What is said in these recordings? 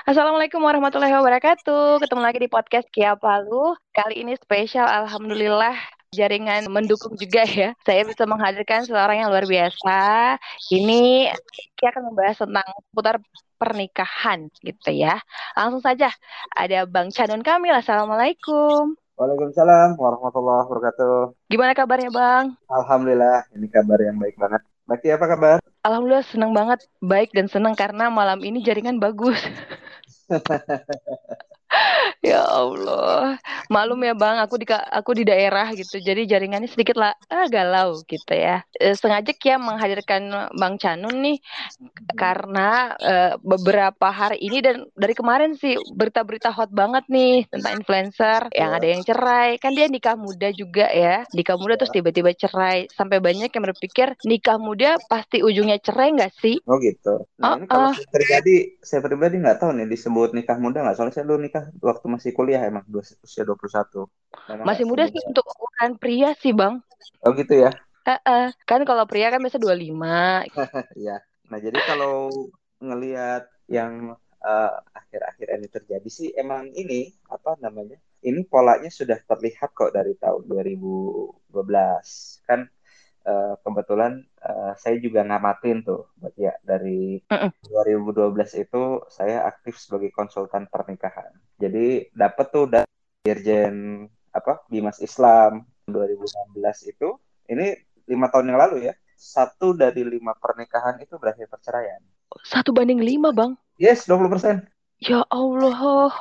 Assalamualaikum warahmatullahi wabarakatuh. Ketemu lagi di podcast Kia Palu. Kali ini spesial, alhamdulillah jaringan mendukung juga ya. Saya bisa menghadirkan seorang yang luar biasa. Ini Kia akan membahas tentang seputar pernikahan gitu ya. Langsung saja ada Bang Chanun Kamil. Assalamualaikum. Waalaikumsalam warahmatullahi wabarakatuh. Gimana kabarnya Bang? Alhamdulillah, ini kabar yang baik banget. Baki apa kabar? Alhamdulillah senang banget, baik dan senang karena malam ini jaringan bagus. Ya Allah, malum ya Bang, aku di daerah gitu, jadi jaringannya sedikit lah galau gitu ya. Sengaja Kia menghadirkan Bang Canun nih karena beberapa hari ini dan dari kemarin sih berita-berita hot banget nih tentang influencer yang ada Ya, yang cerai. Kan dia nikah muda juga ya, nikah muda terus ya. tiba-tiba cerai. Sampai banyak yang berpikir nikah muda pasti ujungnya cerai nggak sih? Oh gitu. Nah Oh, ini kalau oh, saya pribadi nggak tahu nih disebut nikah muda nggak. Soalnya saya dulu nikah waktu masih kuliah emang usia 21. Memang nggak masih muda semuda. sih untuk ukuran pria sih Bang. Oh gitu ya. Kan kalau pria kan biasa 25. Ya. Nah jadi kalau ngelihat yang akhir-akhir ini terjadi sih emang ini apa namanya? Ini polanya sudah terlihat kok dari tahun 2012 kan. Kebetulan saya juga ngamatin tuh, Mbak ya, dari Mm-mm. 2012 itu saya aktif sebagai konsultan pernikahan. Jadi dapat tuh dari Dirjen apa Bimas Islam 2016 itu, ini 5 tahun yang lalu ya, 1 dari 5 pernikahan itu berakhir perceraian. 1 banding 5 Bang. Yes, 20%. Ya Allah.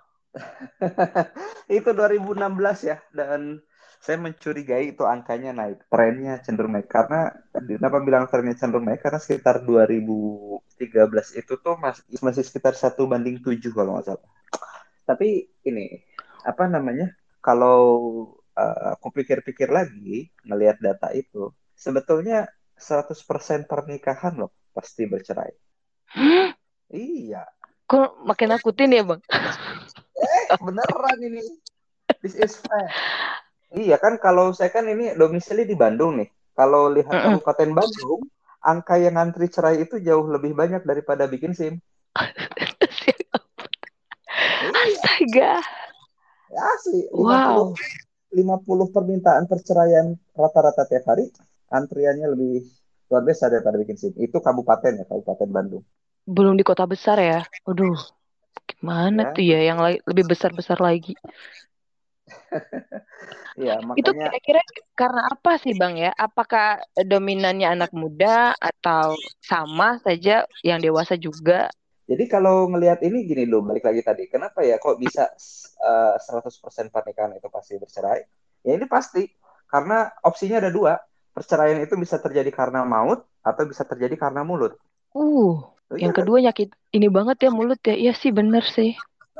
Itu 2016 ya, dan saya mencurigai itu angkanya naik, trennya cenderung naik. Karena kenapa bilang trennya cenderung naik? Karena sekitar 2013 itu tuh masih sekitar 1 banding 7 kalau nggak salah. Tapi ini apa namanya? Kalau aku pikir-pikir lagi ngelihat data itu, sebetulnya 100% pernikahan loh pasti bercerai. Iya, Kok makin nakutin ya Bang? beneran ini. This is fact. Iya kan, kalau saya kan ini domisili di Bandung nih. Kalau lihat Mm-mm. Kabupaten Bandung, angka yang ngantri cerai itu jauh lebih banyak daripada bikin SIM. Iya, Astaga. asli. lima puluh Wow. 50 permintaan perceraian rata-rata tiap hari, antriannya lebih luar biasa daripada bikin SIM. Itu kabupaten ya, Kabupaten Bandung. Belum di kota besar ya. Aduh, gimana Ya, tuh ya yang lebih besar-besar lagi. ya Itu makanya. kira-kira karena apa sih Bang ya? Apakah dominannya anak muda atau sama saja yang dewasa juga? Jadi kalau ngelihat ini gini loh, balik lagi tadi. Kenapa ya kok bisa 100% pernikahan itu pasti bercerai? Ya ini pasti. Karena opsinya ada dua. Perceraian itu bisa terjadi karena maut atau bisa terjadi karena mulut. Uh, Oh, iya yang kan? kedua nyakit ini banget ya mulut ya. Iya sih bener sih.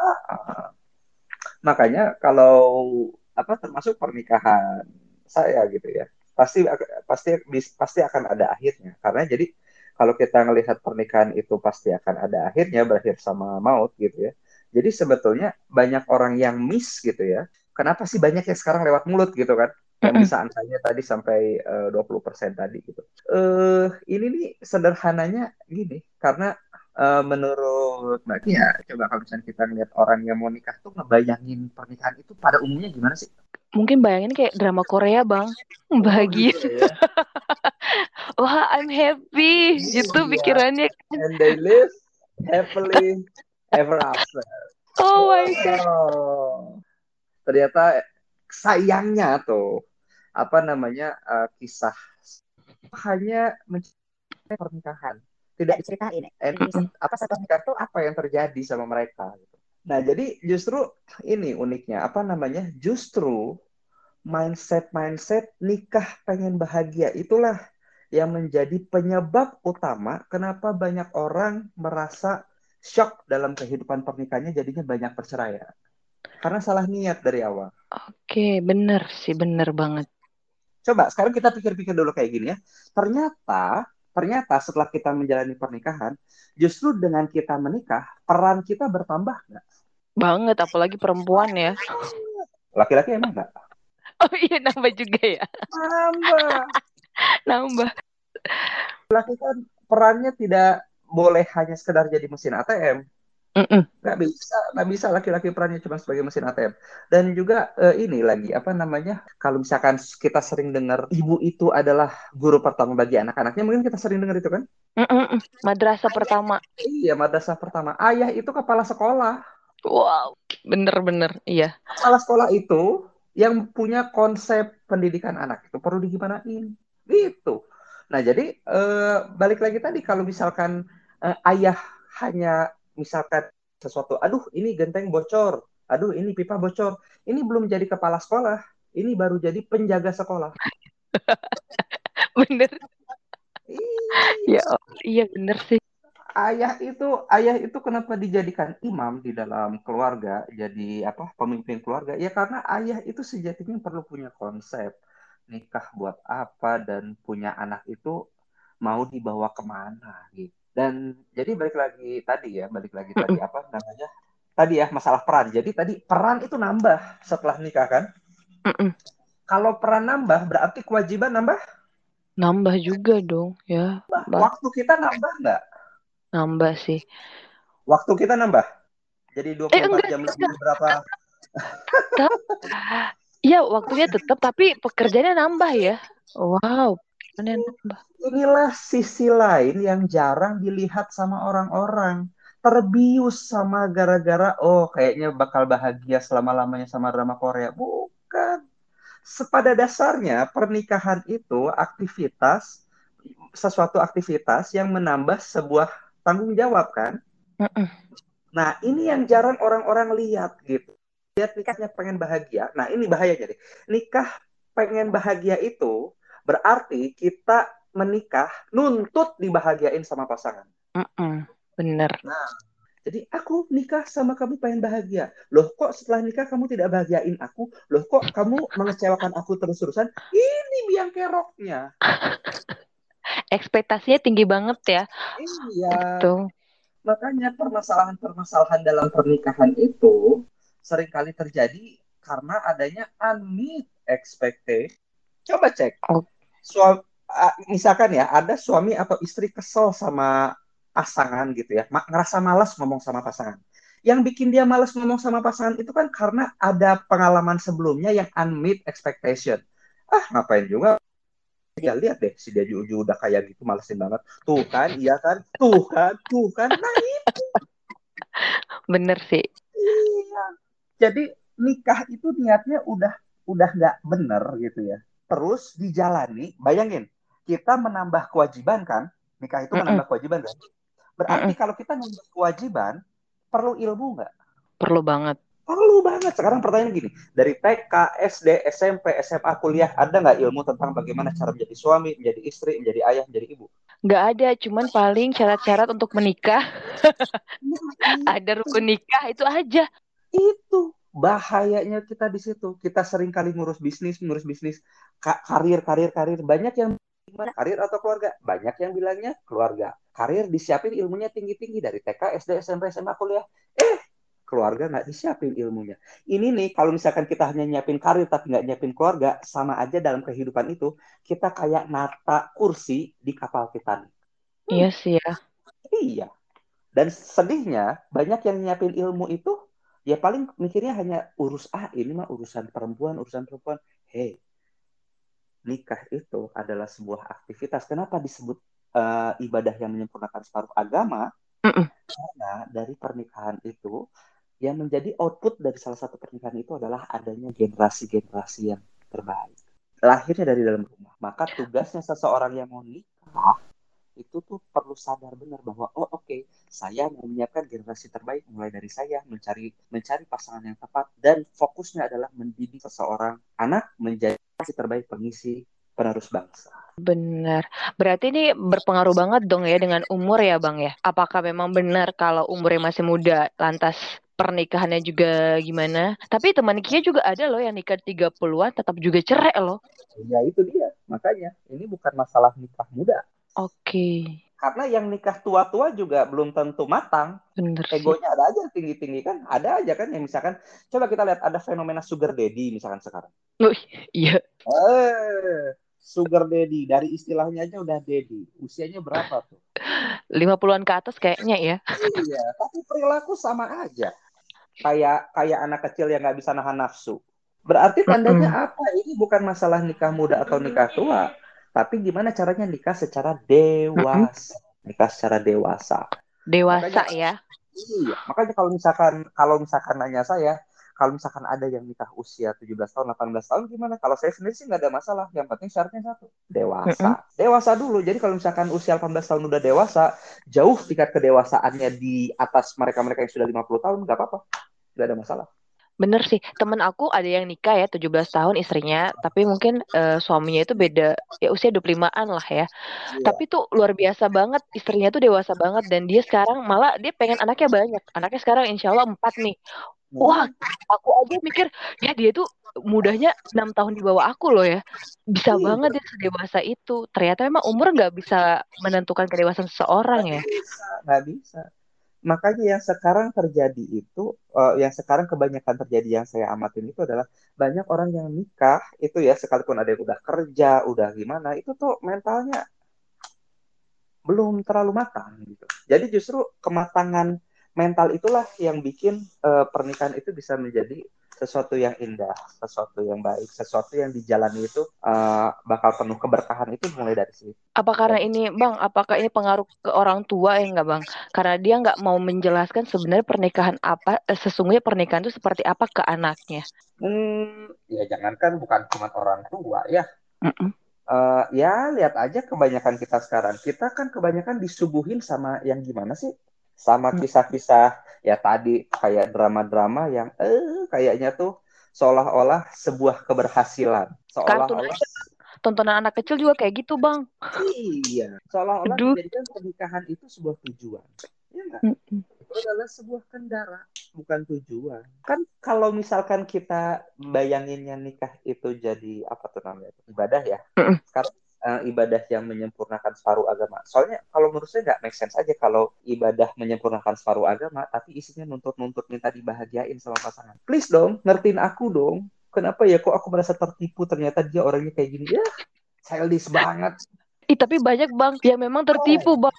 Makanya kalau apa termasuk pernikahan saya gitu ya, pasti pasti pasti akan ada akhirnya. Karena jadi kalau kita melihat pernikahan itu pasti akan ada akhirnya, berakhir sama maut gitu ya. Jadi sebetulnya banyak orang yang miss gitu ya. Kenapa sih banyak yang sekarang lewat mulut gitu kan? Yang Mm-mm. bisa angkanya tadi sampai 20% tadi gitu. Ini nih sederhananya gini, karena menurut Mbak Kia, coba kalau misalnya kita ngeliat orang yang mau nikah tuh ngebayangin pernikahan itu pada umumnya gimana sih? Mungkin bayangin kayak drama Korea Bang. Oh Bahagia. gitu ya. Wah, I'm happy. Gitu Iya. pikirannya. And they live happily ever after. Oh my God. Oh, ternyata sayangnya tuh apa namanya kisah hanya mencintai pernikahan, tidak diceritain Mm-mm. apa saat pernikahan tuh apa yang terjadi sama mereka gitu. Nah jadi justru ini uniknya apa namanya, justru mindset nikah pengen bahagia itulah yang menjadi penyebab utama kenapa banyak orang merasa shock dalam kehidupan pernikahannya, jadinya banyak perceraian karena salah niat dari awal. Oke, bener sih, bener banget. Coba sekarang kita pikir-pikir dulu kayak gini ya. Ternyata ternyata setelah kita menjalani pernikahan, justru dengan kita menikah peran kita bertambah nggak? Banget, apalagi perempuan ya. Laki-laki emang nggak? Oh iya, nambah juga ya. Nambah. Nambah. Laki kan perannya tidak boleh hanya sekedar jadi mesin ATM. Mm-mm. Nggak bisa laki-laki perannya cuma sebagai mesin ATM. Dan juga ini lagi apa namanya? Kalau misalkan kita sering dengar ibu itu adalah guru pertama bagi anak-anaknya, mungkin kita sering dengar itu kan? Mm-mm. Madrasah pertama. Iya, madrasah pertama. Ayah itu kepala sekolah. Wow, bener-bener, iya. Kepala sekolah itu yang punya konsep pendidikan anak itu perlu digimanain. Gitu. Nah, jadi balik lagi tadi kalau misalkan ayah hanya misalkan sesuatu, aduh ini genteng bocor, aduh ini pipa bocor, ini belum jadi kepala sekolah, ini baru jadi penjaga sekolah. Bener. Ya, Iya, oh, iya bener sih. ayah itu kenapa dijadikan imam di dalam keluarga, jadi apa pemimpin keluarga? Ya karena ayah itu sejatinya perlu punya konsep nikah buat apa dan punya anak itu mau dibawa kemana gitu. Dan jadi balik lagi tadi Mm-mm. apa namanya? Tadi ya masalah peran. Jadi tadi peran itu nambah setelah nikah kan? Mm-mm. Kalau peran nambah berarti kewajiban nambah. Nambah juga dong, ya. Bah, Waktu kita nambah nggak? nambah sih. Waktu kita nambah. Jadi 24 Enggak, jam lebih enggak. berapa? Tetap. Iya, waktunya tetap, tapi pekerjaannya nambah ya. Wow, pekerjaannya nambah. Inilah sisi lain yang jarang dilihat sama orang-orang. Terbius sama gara-gara, oh kayaknya bakal bahagia selama-lamanya sama drama Korea. Bukan. Pada dasarnya pernikahan itu sesuatu aktivitas yang menambah sebuah tanggung jawab kan. Mm-mm. Nah ini yang jarang orang-orang lihat gitu. Lihat nikahnya pengen bahagia. Nah ini bahayanya deh. Nikah pengen bahagia itu berarti kita menikah nuntut dibahagiain sama pasangan. Mm-mm. Bener. Nah, jadi aku nikah sama kamu pengen bahagia. Loh kok setelah nikah kamu tidak bahagiain aku? Loh kok kamu mengecewakan aku terus-terusan? Ini biang keroknya. Ekspektasinya tinggi banget ya. Iya, Gitu. makanya permasalahan-permasalahan dalam pernikahan itu seringkali terjadi karena adanya unmet expectation. Coba cek. Oh, Misalkan ya, ada suami atau istri kesel sama pasangan gitu ya, ngerasa malas ngomong sama pasangan. Yang bikin dia malas ngomong sama pasangan itu kan karena ada pengalaman sebelumnya yang unmet expectation. Ah, ngapain juga ya lihat deh si dia Juju udah kayak gitu malesin banget. Tuh kan, iya kan? Tuh kan, tuh kan. Nah, bener sih. iya. Jadi nikah itu niatnya udah nggak bener gitu ya. Terus dijalani, bayangin kita menambah kewajiban kan? Nikah itu Mm-mm. menambah kewajiban kan? Berarti Mm-mm. kalau kita nambah kewajiban, perlu ilmu nggak? Perlu banget. Perlu banget. Sekarang pertanyaan gini, dari TK, SD, SMP, SMA, kuliah, ada nggak ilmu tentang bagaimana cara menjadi suami, menjadi istri, menjadi ayah, menjadi ibu? Nggak ada, cuman paling syarat-syarat untuk menikah. Nah, Ada rukun nikah, itu aja. itu bahayanya kita di situ. Kita sering kali ngurus bisnis, karir, karir, karir. Banyak yang karir atau keluarga. Banyak yang bilangnya keluarga. Karir disiapin ilmunya tinggi-tinggi dari TK, SD, SMP, SMA, kuliah. Keluarga nggak disiapin ilmunya. Ini nih, kalau misalkan kita hanya nyiapin karir tapi nggak nyiapin keluarga, sama aja dalam kehidupan itu, kita kayak nata kursi di kapal Titanic. Iya sih ya. Iya. Dan sedihnya, banyak yang nyiapin ilmu itu, ya paling mikirnya hanya ini mah urusan perempuan, urusan perempuan. Hei, nikah itu adalah sebuah aktivitas. Kenapa disebut ibadah yang menyempurnakan separuh agama? Mm-mm. Karena dari pernikahan itu, yang menjadi output dari salah satu pernikahan itu adalah adanya generasi-generasi yang terbaik. Lahirnya dari dalam rumah. Maka tugasnya seseorang yang mau nikah itu tuh perlu sadar benar bahwa saya mau menyiapkan generasi terbaik mulai dari saya mencari mencari pasangan yang tepat dan fokusnya adalah mendidik seseorang anak menjadi generasi terbaik pengisi penerus bangsa. Benar. Berarti ini berpengaruh banget dong ya dengan umur ya Bang ya. Apakah memang benar kalau umurnya masih muda, lantas pernikahannya juga gimana? Tapi teman Kia juga ada loh yang nikah 30-an tetap juga cerai loh. Ya itu dia, makanya ini bukan masalah nikah muda. Oke, Karena yang nikah tua-tua juga belum tentu matang. bener sih. Egonya ada aja tinggi-tinggi kan. Ada aja kan yang misalkan, coba kita lihat ada fenomena sugar daddy misalkan sekarang. Wih, iya. Eh, Sugar daddy, dari istilahnya aja udah daddy. Usianya berapa tuh? 50-an ke atas kayaknya ya. Iya, tapi perilaku sama aja. Kayak anak kecil yang nggak bisa nahan nafsu. Berarti tandanya Mm-mm. apa? Ini bukan masalah nikah muda atau nikah tua, tapi gimana caranya nikah secara Mm-mm. dewasa. Nikah secara dewasa. Dewasa Makanya ya. iya, makanya kalau misalkan nanya saya, kalau misalkan ada yang nikah usia 17 tahun, 18 tahun gimana? Kalau saya sendiri sih nggak ada masalah. Yang penting syaratnya satu, dewasa. Mm-mm. Dewasa dulu. Jadi kalau misalkan usia 18 tahun udah dewasa, jauh tingkat kedewasaannya di atas mereka-mereka yang sudah 50 tahun, nggak apa-apa. Nggak ada masalah. Bener sih, temen aku ada yang nikah ya 17 tahun istrinya, tapi mungkin suaminya itu beda ya usia 25-an lah ya. Iya. Tapi tuh luar biasa banget, istrinya tuh dewasa banget dan dia sekarang malah dia pengen anaknya banyak. Anaknya sekarang insya Allah 4 nih. Wah, Nah, aku aja mikir ya dia tuh mudahnya 6 tahun di bawah aku loh ya. Bisa banget iya, dia sedewasa itu. Ternyata emang umur nggak bisa menentukan kedewasaan seseorang nggak ya. bisa, nggak bisa. Makanya yang sekarang terjadi itu, yang sekarang kebanyakan terjadi yang saya amatin itu adalah banyak orang yang nikah itu ya, sekalipun ada yang udah kerja, udah gimana, itu tuh mentalnya belum terlalu matang gitu. Jadi justru kematangan mental itulah yang bikin pernikahan itu bisa menjadi sesuatu yang indah, sesuatu yang baik, sesuatu yang dijalani itu bakal penuh keberkahan itu mulai dari situ. Apa karena Dan ini, Bang? Apakah ini pengaruh ke orang tua ya enggak, Bang? Karena dia nggak mau menjelaskan sebenarnya pernikahan apa, sesungguhnya pernikahan itu seperti apa ke anaknya. ya jangankan bukan cuma orang tua ya, Mm-mm. ya lihat aja kebanyakan kita sekarang. Kita kan kebanyakan disuguhin sama yang gimana sih? Sama kisah-kisah ya tadi kayak drama-drama yang kayaknya tuh seolah-olah sebuah keberhasilan. Kartun Seolah-olah aja, tontonan anak kecil juga kayak gitu, Bang. iya, seolah-olah Aduh. menjadikan pernikahan itu sebuah tujuan. Ya nggak? Mm-mm. Itu adalah sebuah kendara, bukan tujuan. Kan kalau misalkan kita bayanginnya nikah itu jadi apa tuh namanya? Ibadah ya. Mm-mm. Sekarang ibadah yang menyempurnakan separuh agama. Soalnya kalau menurut saya nggak make sense aja kalau ibadah menyempurnakan separuh agama, tapi isinya nuntut-nuntut minta dibahagiain sama pasangan. Please dong, ngertiin aku dong. Kenapa ya kok aku merasa tertipu ternyata dia orangnya kayak gini. Ya, childish banget. Ih, tapi banyak, Bang, yang memang tertipu, Bang.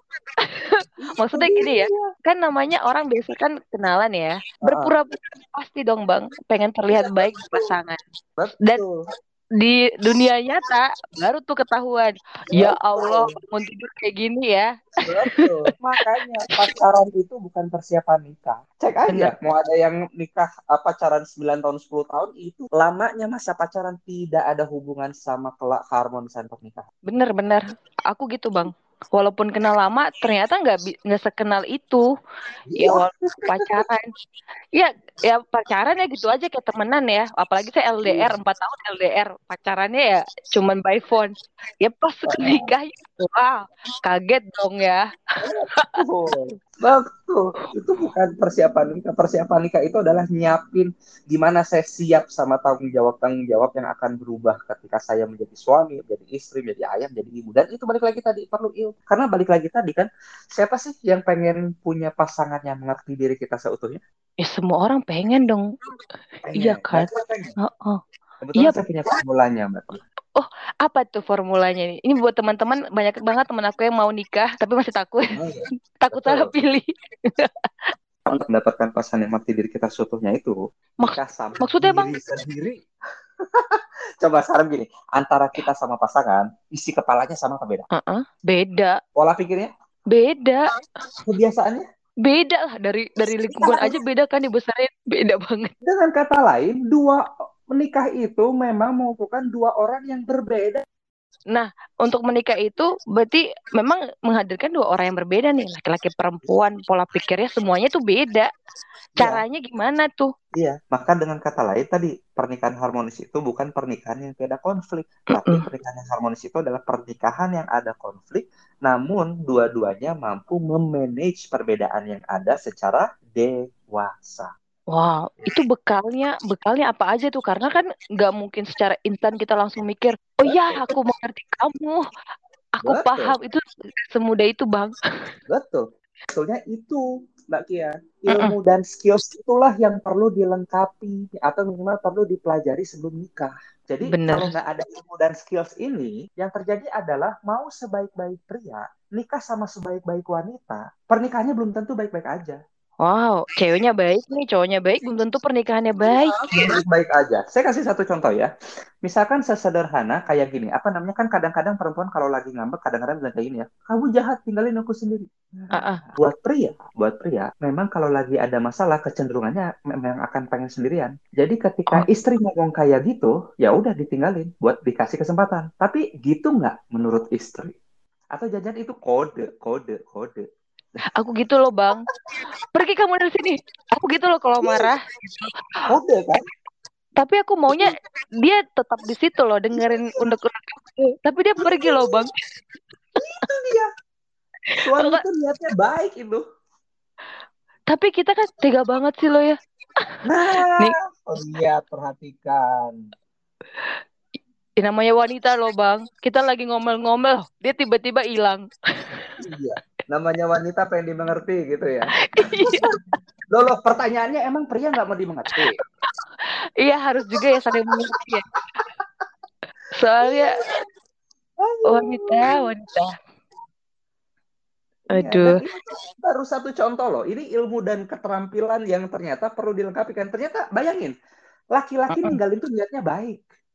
Itu Maksudnya gini ya, dia. kan namanya orang biasa kan kenalan ya. Berpura-pura pasti dong, Bang, pengen terlihat Iya, baik di pasangan. Dan betul. di dunia nyata baru tuh ketahuan. Ya Allah, Betul. mau tidur kayak gini ya. Betul. Makanya pacaran itu bukan persiapan nikah. Cek aja, Bener, mau ada yang nikah pacaran 9 tahun 10 tahun itu lamanya masa pacaran tidak ada hubungan sama kelak harmonisan pernikahan. bener. Aku gitu, Bang. Walaupun kenal lama, ternyata nggak sekenal itu. Ya Iya. walaupun pacaran. Ya, ya pacaran ya gitu aja kayak temenan ya. Apalagi saya LDR, 4 tahun LDR. Pacarannya ya cuman by phone. Ya pas nikahnya, wow, kaget dong ya. Betul. Betul. Itu bukan persiapan nikah. Persiapan nikah itu adalah nyiapin gimana saya siap sama tanggung jawab yang akan berubah ketika saya menjadi suami, menjadi istri, menjadi ayah, menjadi ibu. Dan itu balik lagi tadi perlu ilmu. Karena balik lagi tadi kan, siapa sih yang pengen punya pasangan yang mengerti diri kita seutuhnya? Ya semua orang pengen dong. Iya Pengen. kan? Berarti saya pengen. Oh, iya. Kebetulan saya punya formulanya, Mbak. Oh, apa tuh formulanya nih? Ini buat teman-teman, banyak banget teman aku yang mau nikah tapi masih takut. Oh, iya. Takut salah Betul. pilih. Untuk mendapatkan pasangan yang mengerti diri kita seutuhnya itu, Maks nikah sama maksudnya, Bang? diri sendiri. Coba sekarang gini, antara kita sama pasangan, isi kepalanya sama apa beda? Beda. Pola pikirnya, Beda. kebiasaannya. Beda lah dari lingkungan aja beda kan dibesarin. Beda banget. Dengan kata lain, dua menikah itu memang membutuhkan dua orang yang berbeda. Nah, untuk menikah itu berarti memang menghadirkan dua orang yang berbeda nih, laki-laki perempuan, pola pikirnya semuanya tuh beda. Iya, Caranya gimana tuh? iya. Maka dengan kata lain tadi, pernikahan harmonis itu bukan pernikahan yang tidak ada konflik, tapi Mm-mm. pernikahan yang harmonis itu adalah pernikahan yang ada konflik, namun dua-duanya mampu memanage perbedaan yang ada secara dewasa. Wow, itu bekalnya apa aja tuh? Karena kan nggak mungkin secara instan kita langsung mikir, oh ya Betul, aku mengerti kamu, aku betul, paham. Itu semudah itu, Bang. betul. Betulnya itu. Mbak Kia. Mm-mm. Ilmu dan skills itulah yang perlu dilengkapi atau minimal perlu dipelajari sebelum nikah. Jadi Bener. kalau nggak ada ilmu dan skills ini, yang terjadi adalah mau sebaik-baik pria, nikah sama sebaik-baik wanita, pernikahannya belum tentu baik-baik aja. Wow, ceweknya baik nih, cowoknya baik, belum tentu pernikahannya baik ya. Baik-baik aja. Saya kasih satu contoh ya. Misalkan sesederhana kayak gini. Apa namanya kan kadang-kadang perempuan kalau lagi ngambek kadang-kadang bilang kayak gini ya. Kamu jahat, tinggalin aku sendiri. Ah, ah. Buat pria, memang kalau lagi ada masalah kecenderungannya memang akan pengen sendirian. Jadi ketika Oh, istri ngomong kayak gitu, ya udah ditinggalin buat dikasih kesempatan. Tapi gitu nggak menurut istri? Atau jajan itu kode, kode, kode. aku gitu loh bang. Pergi kamu dari sini. Aku gitu loh kalau marah. Kode kan? Tapi aku maunya dia tetap di situ loh, dengerin unek-unek aku. Tapi dia pergi loh bang. Itu dia. Suami Kok- itu niatnya baik itu. Tapi kita kan tega banget sih lo ya. Nih, Nah, lihat, perhatikan. namanya wanita loh bang. Kita lagi ngomel-ngomel, dia tiba-tiba hilang. Iya. Namanya wanita pengen dimengerti gitu ya. Iya, Loh, pertanyaannya emang pria nggak mau dimengerti? iya harus juga ya saling mengerti ya. Soalnya wanita, Aduh. wanita. Iya, dan Aduh. ini baru satu contoh loh. Ini ilmu dan keterampilan yang ternyata perlu dilengkapi kan. Ternyata bayangin, laki-laki Mm-mm. ninggalin tuh niatnya baik.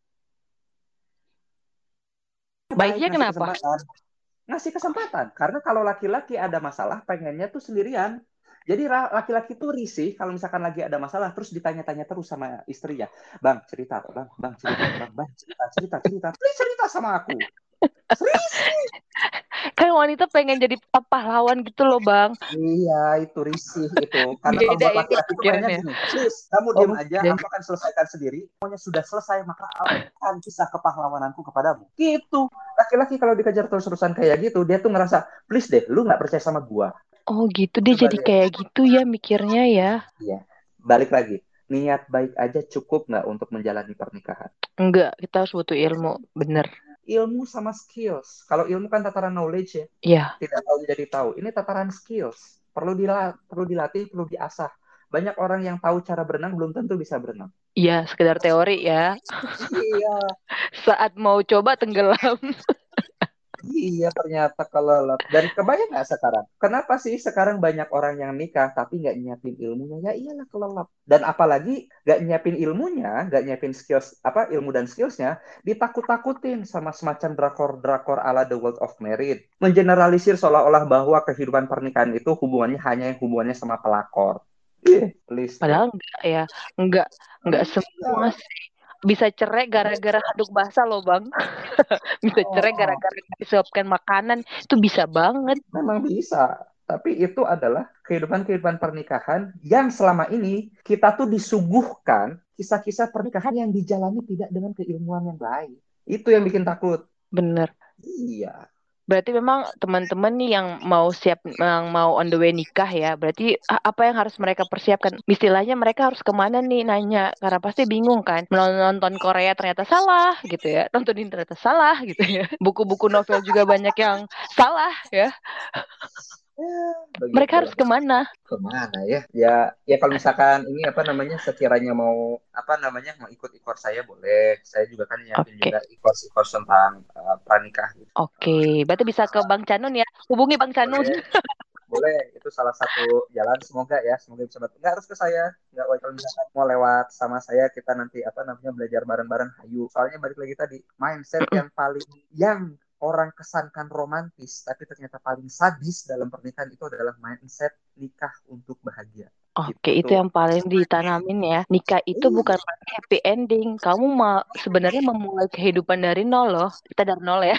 Baik Baiknya ngasih kenapa? kesempatan. Ngasih kesempatan. Karena kalau laki-laki ada masalah, pengennya tuh sendirian. Jadi laki-laki tuh risih kalau misalkan lagi ada masalah, terus ditanya-tanya terus sama istrinya. Bang, cerita, bang, cerita, bang, cerita, cerita, cerita. Please cerita sama aku. Serius? Kan wanita pengen jadi pahlawan gitu loh bang. Iya, itu risih itu. Karena kalau Beda buat ini laki-laki itu pengennya pikirannya. gini, please, kamu diam aja, Oke. aku akan selesaikan sendiri. Pokoknya sudah selesai, maka aku akan kisah kepahlawananku kepadamu. Gitu. Laki-laki kalau dikejar terus-terusan kayak gitu, dia tuh ngerasa, please deh, lu nggak percaya sama gua. Oh gitu, dia Coba jadi lihat. kayak gitu ya mikirnya ya. Iya. Balik lagi. Niat baik aja cukup nggak untuk menjalani pernikahan? Enggak, kita harus butuh ilmu. Bener. Ilmu sama skills. Kalau ilmu kan tataran knowledge ya. Iya, Tidak tahu jadi tahu. Ini tataran skills. Perlu dilatih, perlu diasah. Banyak orang yang tahu cara berenang belum tentu bisa berenang. iya sekedar teori ya. Iya, Saat mau coba tenggelam. iya ternyata kelelep. Dan kebayang nggak sekarang? Kenapa sih sekarang banyak orang yang nikah tapi nggak nyiapin ilmunya? Ya iyalah kelelep. Dan apalagi nggak nyiapin ilmunya, nggak nyiapin skills apa ilmu dan skillsnya, ditakut-takutin sama semacam drakor-drakor ala The World of Merit. Mengeneralisir seolah-olah bahwa kehidupan pernikahan itu hubungannya hanya yang hubungannya sama pelakor. Please deh. Padahal enggak ya. Enggak semua Enggak. sih. Bisa cerai gara-gara aduk basah loh bang. Bisa cerai Oh, gara-gara disuapkan makanan. Itu bisa banget. memang bisa. Tapi itu adalah kehidupan-kehidupan pernikahan yang selama ini kita tuh disuguhkan kisah-kisah pernikahan yang dijalani tidak dengan keilmuan yang baik. Itu yang bikin takut. Bener. Iya. Berarti memang teman-teman nih yang mau siap, yang mau on the way nikah ya. Berarti apa yang harus mereka persiapkan? Istilahnya mereka harus kemana nih nanya? Karena pasti bingung kan. Nonton Korea ternyata salah gitu ya. Nonton ini ternyata salah gitu ya. Buku-buku novel juga banyak yang salah ya. Ya, Mereka begitulah. harus kemana? Kemana ya? Ya, ya kalau misalkan ini apa namanya sekiranya mau apa namanya mau ikut-ikut saya boleh. Saya juga kan nyiapin Oke. juga ikut-ikut tentang pranikah gitu. Oke. Berarti bisa ke Bang Canun ya. Hubungi Bang Canun. Boleh. Boleh, itu salah satu jalan. Semoga ya, semoga bisa bantu. Nggak harus ke saya, nggak kalau misalkan mau lewat sama saya, kita nanti apa namanya belajar bareng-bareng. Hayu. Soalnya balik lagi tadi, mindset Mm-mm. yang orang kesankan romantis, tapi ternyata paling sadis dalam pernikahan itu adalah mindset nikah untuk bahagia. Oke, itu Itu. yang paling ditanamin ya. Nikah itu bukan happy ending. Kamu sebenarnya memulai kehidupan dari nol loh. Kita dari nol ya.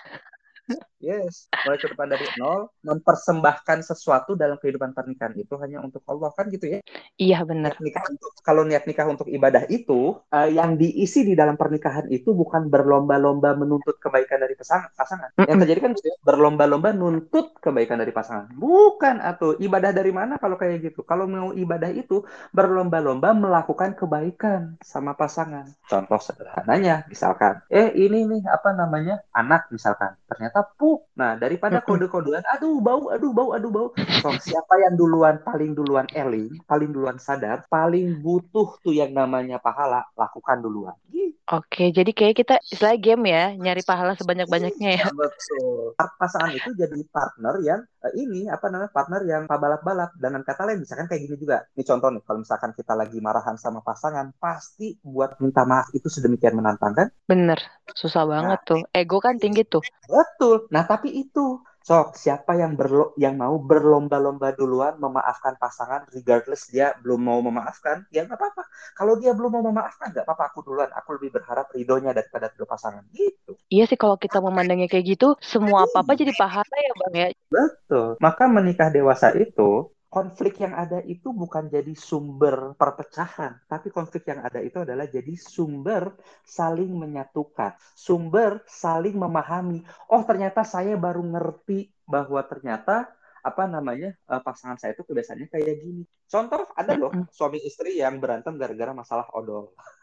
Yes, mulai ke depan dari nol, mempersembahkan sesuatu dalam kehidupan pernikahan itu hanya untuk Allah kan gitu ya. Iya bener. Kalau niat nikah untuk ibadah itu yang diisi di dalam pernikahan itu bukan berlomba-lomba menuntut kebaikan dari pasangan. Yang Mm-mm. terjadi kan gitu ya, berlomba-lomba nuntut kebaikan dari pasangan. Bukan atau ibadah dari mana kalau kayak gitu. Kalau mau ibadah itu berlomba-lomba melakukan kebaikan sama pasangan. Contoh sederhananya misalkan ini nih apa namanya anak misalkan ternyata bapuk. Nah, daripada kode-kodean, aduh bau, aduh bau, aduh bau. So, siapa yang paling duluan eling, paling duluan sadar, paling butuh tuh yang namanya pahala, lakukan duluan. Gitu. Oke, jadi kayak kita istilah game ya, nyari pahala sebanyak-banyaknya ya. Iya, betul. Pasangan itu jadi partner yang ini apa namanya partner yang balap-balap. Dengan kata lain, misalkan kayak gini juga. Ini contoh nih, kalau misalkan kita lagi marahan sama pasangan, pasti buat minta maaf itu sedemikian menantang kan? Bener, susah banget Nah, tuh. Ego kan tinggi tuh. betul. Nah, tapi itu siapa yang mau berlomba-lomba duluan memaafkan pasangan regardless dia belum mau memaafkan, ya nggak apa-apa. Kalau dia belum mau memaafkan, nggak apa-apa, aku duluan. Aku lebih berharap ridhonya daripada ridho pasangan. Gitu. Iya sih kalau kita memandangnya kayak gitu, semua apa-apa jadi pahala ya Bang ya. Betul. Maka menikah dewasa itu, konflik yang ada itu bukan jadi sumber perpecahan, tapi konflik yang ada itu adalah jadi sumber saling menyatukan, sumber saling memahami. Oh, ternyata saya baru ngerti bahwa ternyata apa namanya pasangan saya itu kebiasaannya kayak gini. Contoh ada loh Mm-mm. suami istri yang berantem gara-gara masalah odol.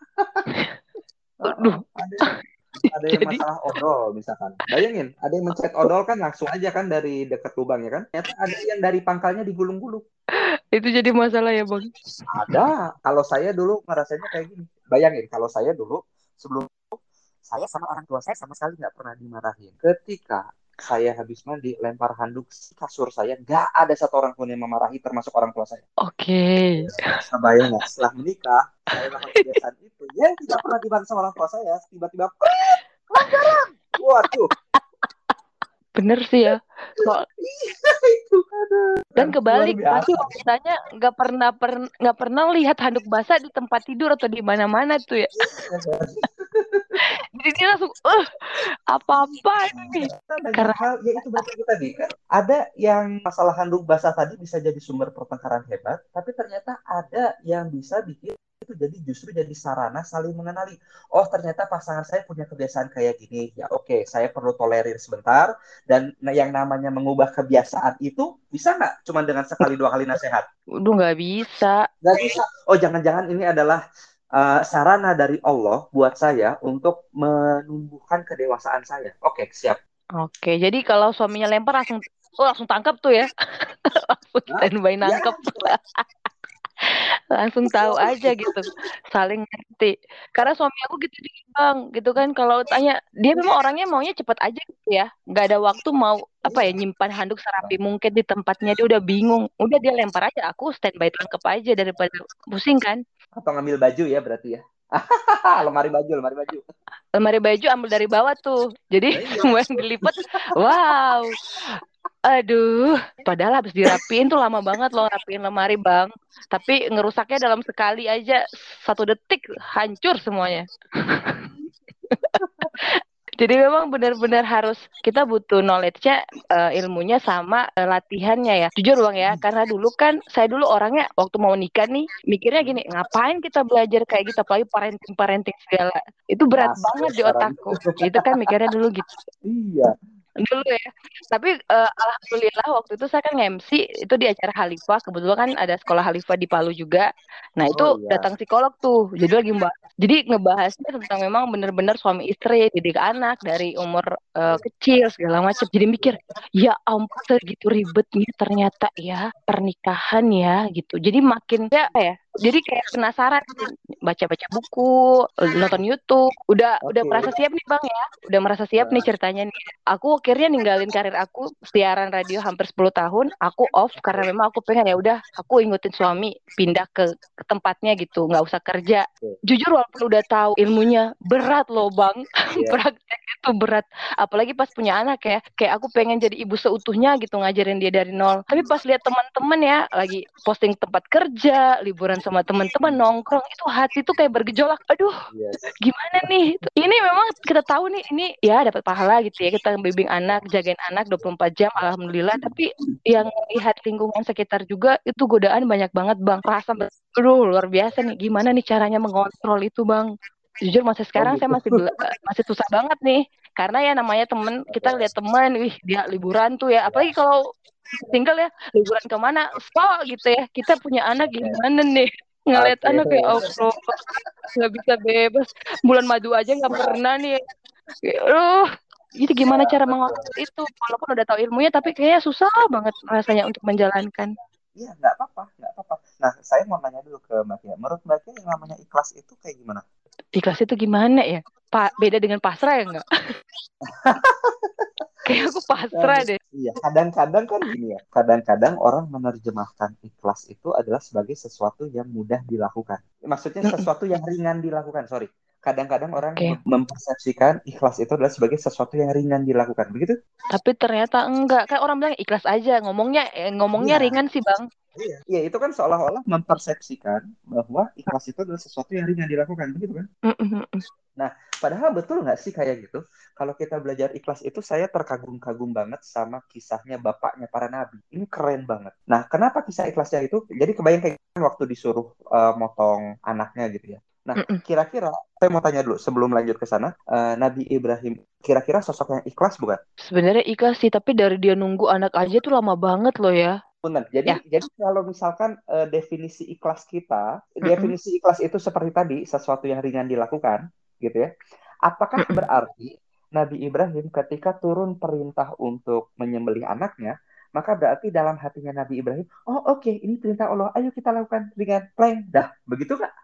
Aduh, Ada yang jadi masalah odol misalkan. Bayangin, ada yang mencet odol kan langsung aja kan dari dekat lubang ya kan. Ternyata ada yang dari pangkalnya digulung-gulung. itu jadi masalah ya Bang. Ada. Kalau saya dulu ngerasainnya kayak gini. Bayangin, kalau saya dulu sebelum saya sama orang tua saya sama sekali nggak pernah dimarahin. Ketika saya habis mandi, lempar handuk kasur saya, nggak ada satu orang pun yang memarahi, termasuk orang tua saya. Oke. Bisa bayang nggak? Setelah menikah, saya lakukan kebiasaan itu. Ya, tidak pernah dimarahi sama orang tua saya. Tiba-tiba, pelanggaran. Waduh, Bener sih ya. itu ada. Dan Luar kebalik, pasti biasa. wanitanya nggak pernah lihat handuk basah di tempat tidur atau di mana-mana tuh ya. Jadi dia langsung, apa-apa nih. Banyak Karena hal, ya itu balik lagi tadi kan. Ada yang masalah handuk basah tadi bisa jadi sumber pertengkaran hebat, tapi ternyata ada yang bisa bikin itu jadi justru jadi sarana saling mengenali. Oh, ternyata pasangan saya punya kebiasaan kayak gini. Ya oke, saya perlu tolerir sebentar. Dan yang namanya mengubah kebiasaan itu bisa nggak cuma dengan sekali dua kali nasihat? udah nggak bisa. Nggak bisa. Oh, jangan-jangan ini adalah sarana dari Allah buat saya untuk menumbuhkan kedewasaan saya. Oke, siap. Oke, jadi kalau suaminya lempar langsung tangkap tuh ya. Langsung Nah, standby ya, nangkep. Langsung tahu aja gitu. Saling ngerti. Karena suami aku gitu juga, Bang, gitu kan kalau tanya dia memang orangnya maunya cepet aja gitu ya. Nggak ada waktu mau apa ya nyimpan handuk serapi mungkin di tempatnya dia udah bingung. Udah dia lempar aja, aku standby tangkep aja daripada pusing kan. atau ngambil baju ya berarti ya. lemari baju, lemari baju. Lemari baju ambil dari bawah tuh. Jadi Nah, iya. semua yang dilipat, wow. Aduh, padahal habis dirapiin tuh lama banget loh rapiin lemari, Bang. Tapi ngerusaknya dalam sekali aja 1 detik hancur semuanya. Jadi memang benar-benar harus kita butuh knowledge-nya, ilmunya sama latihannya ya. Jujur Bang ya, karena dulu kan saya dulu orangnya waktu mau nikah nih mikirnya gini, ngapain kita belajar kayak gitu apalagi parenting segala. Itu berat Asli banget di sekarang. otakku. Itu kan mikirnya dulu gitu. Iya. Dulu ya. Tapi alhamdulillah waktu itu saya kan nge-MC itu di acara Halifah. Kebetulan kan ada sekolah Halifah di Palu juga. Nah itu Oh iya. datang psikolog tuh. Jadi lagi jadi ngebahasnya tentang memang benar-benar suami istri, didik anak dari umur kecil segala macam. Jadi mikir, ya ampun segitu ribetnya ternyata ya pernikahan ya gitu. Jadi makin ya. Jadi kayak penasaran baca-baca buku, nonton YouTube. Udah Oke. merasa siap nih Bang ya. Udah merasa siap nih ceritanya nih. Aku akhirnya ninggalin karir aku siaran radio hampir 10 tahun. Aku off karena memang aku pengen ya udah aku ingetin suami pindah ke tempatnya gitu, nggak usah kerja. Oke. Jujur walaupun udah tahu ilmunya berat loh Bang. Iya. Praktek itu berat. Apalagi pas punya anak ya. Kayak aku pengen jadi ibu seutuhnya gitu ngajarin dia dari nol. Tapi pas lihat teman-teman ya lagi posting tempat kerja, liburan sama teman-teman nongkrong itu hati tuh kayak bergejolak. Aduh, Iya. gimana nih? Ini memang kita tahu nih ini ya dapat pahala gitu ya kita bimbing anak, jagain anak 24 jam alhamdulillah, tapi yang lihat lingkungan sekitar juga itu godaan banyak banget Bang. Rasa aduh luar biasa nih gimana nih caranya mengontrol itu Bang. Jujur masih Oh sekarang saya gitu. masih susah banget nih. Karena ya namanya temen, kita lihat teman, wih dia liburan tuh ya. Apalagi kalau single ya, liburan kemana? Spa gitu ya. Kita punya anak gimana nih? Ngeliat Oke. anak ya Allah, nggak bisa bebas. Bulan madu aja nggak pernah nih. Aduh, Itu Ya, gimana cara betul. mengolah itu? Walaupun udah tahu ilmunya, tapi kayaknya susah banget rasanya untuk menjalankan. Iya, nggak apa-apa, nggak apa-apa. Nah, saya mau nanya dulu ke Mbak Kia. Menurut Mbak Kia yang namanya ikhlas itu kayak gimana? Ikhlas itu gimana ya? Beda dengan pasrah ya enggak? Kayak aku pasrah deh. Iya, kadang-kadang kan gini ya. Kadang-kadang orang menerjemahkan ikhlas itu adalah sebagai sesuatu yang mudah dilakukan. Maksudnya Mm-mm. sesuatu yang ringan dilakukan, sorry. Kadang-kadang orang Oke. mempersepsikan ikhlas itu adalah sebagai sesuatu yang ringan dilakukan. Begitu? Tapi ternyata enggak. Kan orang bilang ikhlas aja. Ngomongnya Iya. ringan sih, Bang. Iya, iya, itu kan seolah-olah mempersepsikan bahwa ikhlas itu adalah sesuatu yang ringan dilakukan, begitu kan? Mm-mm. Nah, padahal betul nggak sih kayak gitu? Kalau kita belajar ikhlas itu, saya terkagum-kagum banget sama kisahnya bapaknya para nabi. Ini keren banget. Nah, kenapa kisah ikhlasnya itu? Jadi kebayang kayak waktu disuruh motong anaknya gitu ya. Nah, Mm-mm. kira-kira saya mau tanya dulu sebelum lanjut ke sana, Nabi Ibrahim kira-kira sosok yang ikhlas bukan? Sebenarnya ikhlas sih, tapi dari dia nunggu anak aja tuh lama banget loh ya. Benar. Ya. Jadi kalau misalkan definisi ikhlas kita, Mm-mm. definisi ikhlas itu seperti tadi, sesuatu yang ringan dilakukan, gitu ya. Apakah Mm-mm. berarti Nabi Ibrahim ketika turun perintah untuk menyembelih anaknya, maka berarti dalam hatinya Nabi Ibrahim, oh oke, ini perintah Allah, ayo kita lakukan ringan, plain, dah, begitu nggak?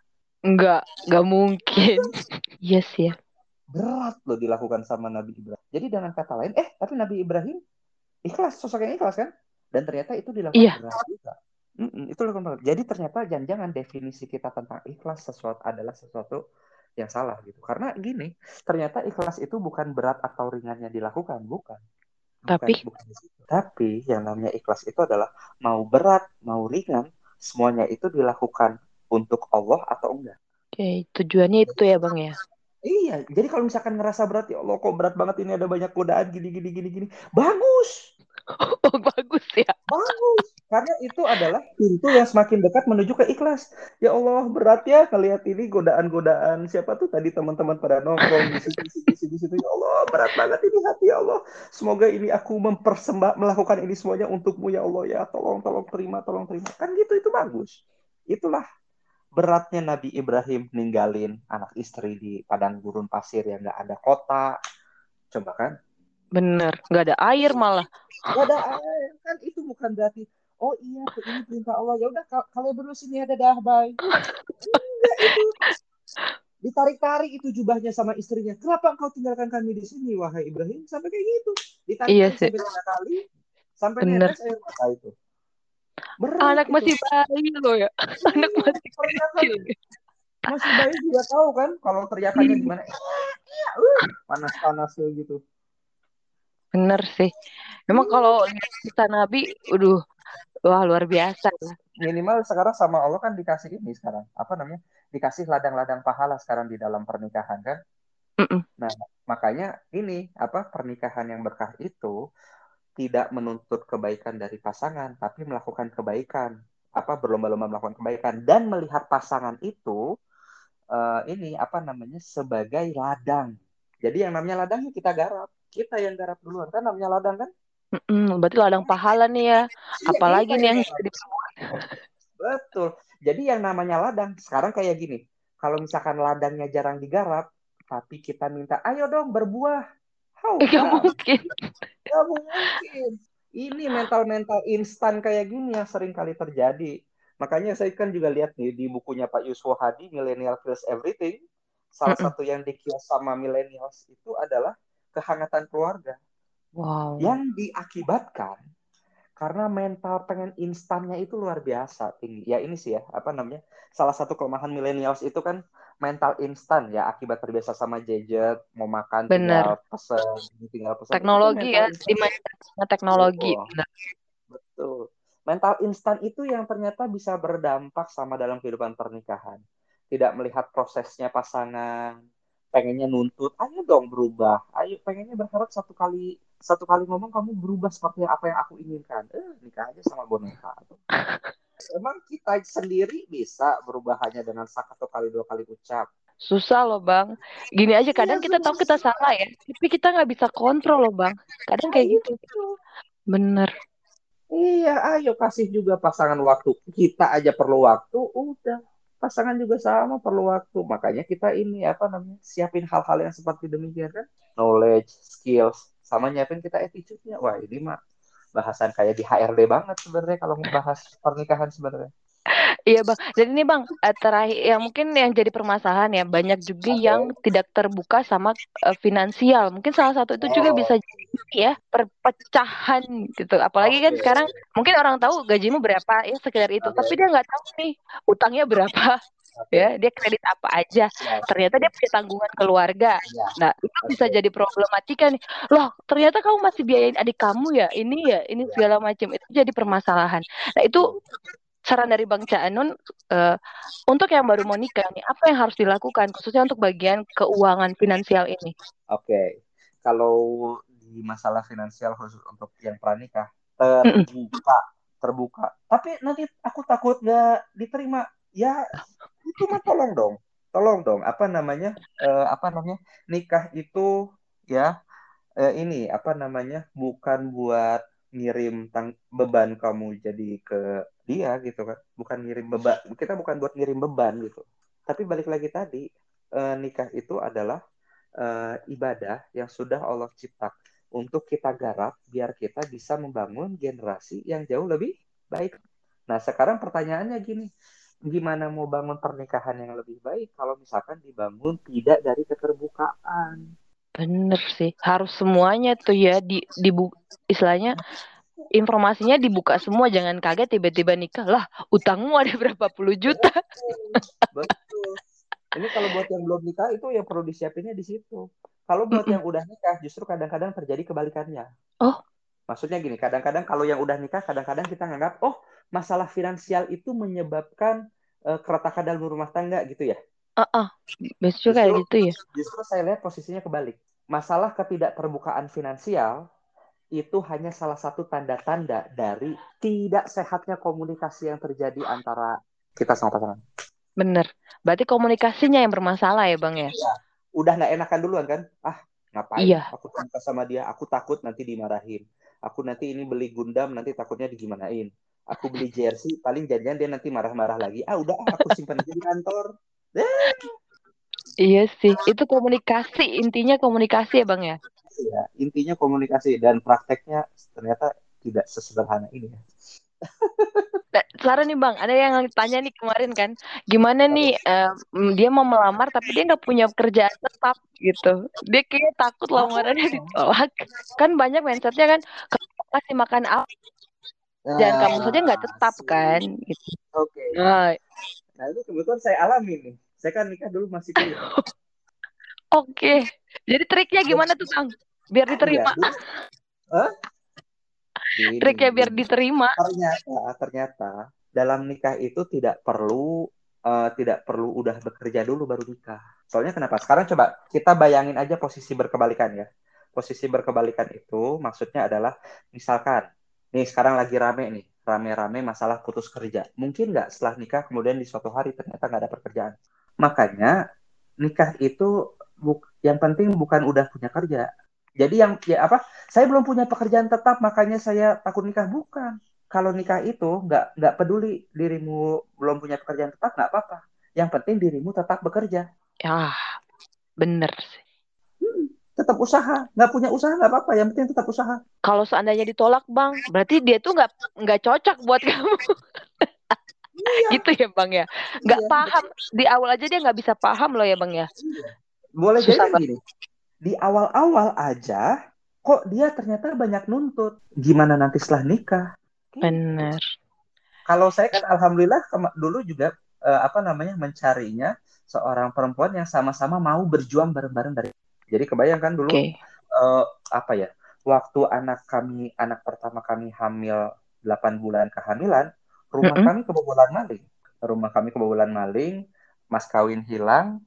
Enggak mungkin. Iya sih ya. Berat loh dilakukan sama Nabi Ibrahim. Jadi dengan kata lain, tapi Nabi Ibrahim ikhlas, sosok yang ikhlas kan? Dan ternyata itu dilakukan Iya, berat juga. Itu dilakukan berat. Jadi ternyata jangan-jangan definisi kita tentang ikhlas sesuatu adalah sesuatu yang salah gitu. Karena gini, ternyata ikhlas itu bukan berat atau ringannya dilakukan, bukan. Bukan, tapi bukan di situ. Tapi yang namanya ikhlas itu adalah mau berat, mau ringan, semuanya itu dilakukan untuk Allah atau enggak. tujuannya itu ya, Bang ya. Iya, jadi kalau misalkan ngerasa berat, ya Allah kok berat banget ini ada banyak godaan gini gini gini gini. Bagus. Oh, bagus ya. Bagus. Karena itu adalah pintu yang semakin dekat menuju ke ikhlas. Ya Allah, berat ya ngelihat ini godaan-godaan. Siapa tuh tadi teman-teman pada nongkrong di situ, di situ, di situ, di situ. Ya Allah, berat banget ini hati ya Allah. Semoga ini aku melakukan ini semuanya untukmu ya Allah ya. Tolong, tolong terima, tolong terima. Kan gitu, itu bagus. Itulah beratnya Nabi Ibrahim ninggalin anak istri di padang gurun pasir yang gak ada kota. Coba kan? Bener, nggak ada air malah. Gak ada air kan itu bukan berarti oh iya ini perintah Allah ya udah kalian berdua sini ada dah bye. Enggak itu ditarik-tarik itu jubahnya sama istrinya. Kenapa engkau tinggalkan kami di sini wahai Ibrahim? Sampai kayak gitu. Iya Ditarik-tarik sih, sampai 3 kali sampai bener. netes air mata itu. Berat Anak itu. masih bayi loh ya. Anak Iya, masih ternyata kecil. masih bayi juga tahu kan kalau teriakannya Iya, gimana. Panas-panas gitu. bener sih. Memang kalau lihat kita Nabi, udah, wah luar biasa ya. Minimal sekarang sama Allah kan dikasih ini sekarang apa namanya dikasih ladang-ladang pahala sekarang di dalam pernikahan kan. Mm-mm. Nah, makanya ini apa pernikahan yang berkah itu tidak menuntut kebaikan dari pasangan, tapi melakukan kebaikan, apa berlomba-lomba melakukan kebaikan dan melihat pasangan itu ini apa namanya sebagai ladang. Jadi yang namanya ladangnya kita garap, kita yang garap duluan kan namanya ladang kan? Berarti ladang pahala nih ya. Iya Apalagi kita nih yang yang garap. Betul. Jadi yang namanya ladang sekarang kayak gini. Kalau misalkan ladangnya jarang digarap, tapi kita minta, ayo dong berbuah. How nggak come? mungkin. Gak mungkin. Ini mental-mental instan kayak gini yang sering kali terjadi. Makanya saya kan juga lihat nih di bukunya Pak Yuswo Hadi, Millennial Kills Everything. Salah Mm-mm. satu yang dikias sama millennials itu adalah kehangatan keluarga. Wow, Yang diakibatkan karena mental pengen instannya itu luar biasa tinggi. Ya ini sih ya, apa namanya? Salah satu kelemahan millennials itu kan mental instan ya, akibat terbiasa sama gadget, mau makan bener. tinggal pesan itu tuh Teknologi mental ya, instan. dimainkan sama teknologi. Betul, Bener. betul. Mental instan itu yang ternyata bisa berdampak sama dalam kehidupan pernikahan. Tidak melihat prosesnya pasangan, pengennya nuntut, ayo dong berubah, ayo pengennya berharap satu kali ngomong kamu berubah seperti apa yang aku inginkan. Nikah aja sama boneka. Emang kita sendiri bisa berubah hanya dengan satu kali 2 kali ucap. Susah loh Bang. Gini aja Iya kadang kita tahu kita susah. salah ya, tapi kita nggak bisa kontrol loh Bang. Kadang kayak gitu. Itu. Bener. Iya, ayo kasih juga pasangan waktu. Kita aja perlu waktu, udah. pasangan juga sama perlu waktu. Makanya kita ini apa namanya siapin hal-hal yang seperti demikian kan, knowledge, skills, sama nyiapin kita attitude-nya. Wah ini mah bahasan kayak di HRD banget sebenarnya kalau bahas pernikahan sebenarnya. Iya bang, dan ini bang, terakhir yang mungkin yang jadi permasalahan ya, banyak juga yang Oke. tidak terbuka sama finansial. Mungkin salah satu itu juga bisa Oh, jadi ya perpecahan gitu. Apalagi kan oke. sekarang mungkin orang tahu gajimu berapa ya sekedar itu, tapi dia Oke. nggak tahu nih utangnya berapa ya, Oke. dia kredit apa aja. Siap. Ternyata dia Siap. punya tanggungan keluarga. Ya. Nah, itu bisa Oke. jadi problematika nih. Loh, ternyata kamu masih biayain adik kamu ya, ini Ya. segala macam. Itu jadi permasalahan. Nah, itu Betul. saran dari Bang Caanun eh, untuk yang baru mau nikah nih, apa yang harus dilakukan khususnya untuk bagian keuangan finansial ini? Oke. Kalau di masalah finansial khusus untuk yang pranikah Mm-mm. terbuka, terbuka. Tapi nanti aku takut nggak diterima. Ya itu mah tolong dong. Apa namanya nikah itu ya ini apa namanya bukan buat ngirim beban kamu jadi ke dia gitu kan, bukan ngirim beban, kita bukan buat ngirim beban gitu, tapi balik lagi tadi nikah itu adalah ibadah yang sudah Allah cipta untuk kita garap biar kita bisa membangun generasi yang jauh lebih baik. Nah sekarang pertanyaannya gini, gimana mau bangun pernikahan yang lebih baik kalau misalkan dibangun tidak dari keterbukaan. Bener sih, harus semuanya tuh ya istilahnya informasinya dibuka semua, jangan kaget tiba-tiba nikah lah utangmu ada berapa puluh juta. Betul, betul. Ini kalau buat yang belum nikah itu yang perlu disiapinnya di situ. Kalau buat Mm-mm. yang udah nikah, justru kadang-kadang terjadi kebalikannya. Oh, Maksudnya gini, kadang-kadang kalau yang udah nikah, kadang-kadang kita nganggap, oh masalah finansial itu menyebabkan keretakan dalam rumah tangga gitu ya. uh-uh. Biasanya kayak Justru, gitu ya. justru saya lihat posisinya kebalik. Masalah ketidakterbukaan finansial itu hanya salah satu tanda-tanda dari tidak sehatnya komunikasi yang terjadi antara kita sama pasangan. Bener. Berarti komunikasinya yang bermasalah ya Bang ya? Iya. Udah nggak enakan duluan kan? Ah, ngapain Iya. aku cinta sama dia? Aku takut nanti dimarahin. Aku nanti ini beli Gundam nanti takutnya digimanain. Aku beli jersey paling janjian dia nanti marah-marah lagi. Ah, udah aku simpan aja di kantor. Eh, Iya sih, itu komunikasi, intinya komunikasi ya Bang ya? ya, intinya komunikasi dan prakteknya ternyata tidak sesederhana ini ya. Nah, saran nih Bang, ada yang tanya nih kemarin kan, gimana nih dia mau melamar tapi dia nggak punya pekerjaan tetap gitu. Dia kayak takut lamarannya Ah, ditolak. Kan banyak mindsetnya kan, kalau kasih makan apa, dan kamu saja nggak tetap kan. sih. Gitu. Oke. Nah, Nah, itu kebetulan saya alami nih. Saya kan nikah dulu masih kuliah. oke. Jadi triknya gimana tuh Bang? Biar Iya, diterima. dulu. Hah? Triknya biar Gini. diterima. Ternyata dalam nikah itu tidak perlu udah bekerja dulu baru nikah. Soalnya kenapa? Sekarang coba kita bayangin aja posisi berkebalikan ya. Posisi berkebalikan itu maksudnya adalah misalkan nih sekarang lagi rame nih, rame-rame masalah putus kerja. Mungkin nggak setelah nikah kemudian di suatu hari ternyata nggak ada pekerjaan. Makanya nikah itu yang penting bukan udah punya kerja. Jadi yang ya apa? Saya belum punya pekerjaan tetap, makanya saya takut nikah. Bukan. Kalau nikah itu nggak peduli dirimu belum punya pekerjaan tetap nggak apa-apa. Yang penting dirimu tetap bekerja. Ya, bener sih. Tetap usaha. Nggak punya usaha nggak apa-apa. Yang penting tetap usaha. Kalau seandainya ditolak Bang, berarti dia tuh nggak cocok buat kamu. Iya, Gitu ya Bang ya. Nggak iya, paham. betul. Di awal aja dia nggak bisa paham loh ya Bang ya. Iya. Boleh jadi Susah kan banget. gini. Di awal-awal aja, kok dia ternyata banyak nuntut. Gimana nanti setelah nikah? Gitu. Bener. Kalau saya kan alhamdulillah dulu juga apa namanya mencarinya seorang perempuan yang sama-sama mau berjuang bareng-bareng dari. Jadi kebayangkan dulu Oke. eh, apa ya? Waktu anak pertama kami hamil 8 bulan kehamilan, rumah Mm-mm. kami kebobolan maling. Rumah kami kebobolan maling, mas kawin hilang,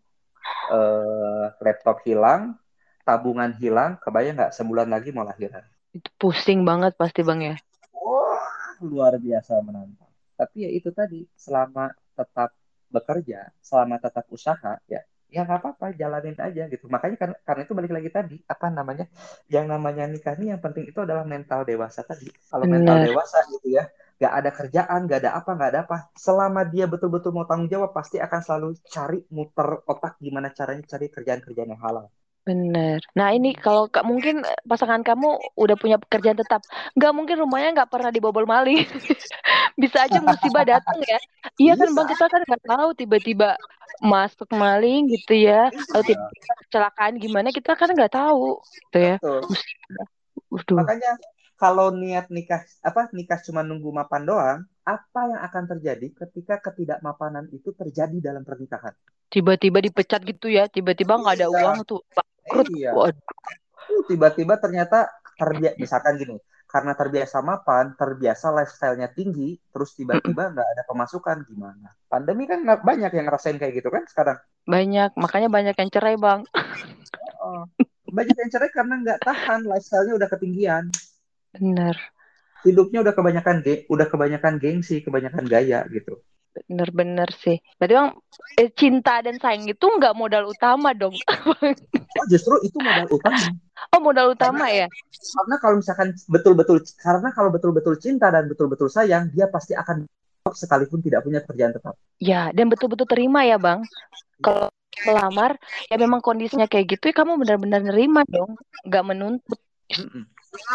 laptop hilang, tabungan hilang, kebayang nggak sebulan lagi mau lahiran. Itu pusing banget pasti Bang ya. Wah, luar biasa menantang. Tapi ya itu tadi, selama tetap bekerja, selama tetap usaha, ya nggak apa-apa, jalanin aja gitu. Makanya karena itu balik lagi tadi, apa namanya, yang namanya nikah ini yang penting itu adalah mental dewasa tadi. Kalau mental Bener. dewasa gitu ya, nggak ada kerjaan, nggak ada apa. Selama dia betul-betul mau tanggung jawab, pasti akan selalu cari muter otak gimana caranya cari kerjaan-kerjaan yang halal. Bener. Nah ini kalau mungkin pasangan kamu udah punya pekerjaan tetap, nggak mungkin rumahnya nggak pernah dibobol maling. Bisa aja musibah datang ya. Iya kan Bisa. bang, kita kan nggak tahu tiba-tiba masuk maling gitu ya, atau Iya, tiba-tiba kecelakaan gimana kita kan nggak tahu gitu ya. betul. Musibah. Waduh, Makanya kalau niat nikah cuma nunggu mapan doang, apa yang akan terjadi ketika ketidakmapanan itu terjadi dalam pernikahan? tiba-tiba dipecat gitu ya, tiba-tiba nggak ada Iya, uang tuh, bangkrut. iya. Waduh, Tiba-tiba ternyata misalkan gini, karena terbiasa mapan, terbiasa lifestyle-nya tinggi, terus mm-mm. tiba-tiba nggak ada pemasukan gimana? Pandemi kan nggak banyak yang ngerasain kayak gitu kan sekarang. Banyak, makanya banyak yang cerai bang. Oh, banyak yang cerai karena nggak tahan, lifestyle-nya udah ketinggian. Bener. Hidupnya udah kebanyakan gengsi, kebanyakan gaya gitu. Bener-bener sih. Berarti bang, cinta dan sayang itu nggak modal utama dong. Oh, justru itu modal utama. Oh, modal Karena utama ya? karena kalau misalkan kalau betul-betul cinta dan betul-betul sayang, dia pasti akan sekalipun tidak punya pekerjaan tetap. Ya, dan betul-betul terima ya bang. Kalau melamar, ya memang kondisinya kayak gitu, ya kamu benar-benar nerima dong. Nggak menuntut. Mm-mm.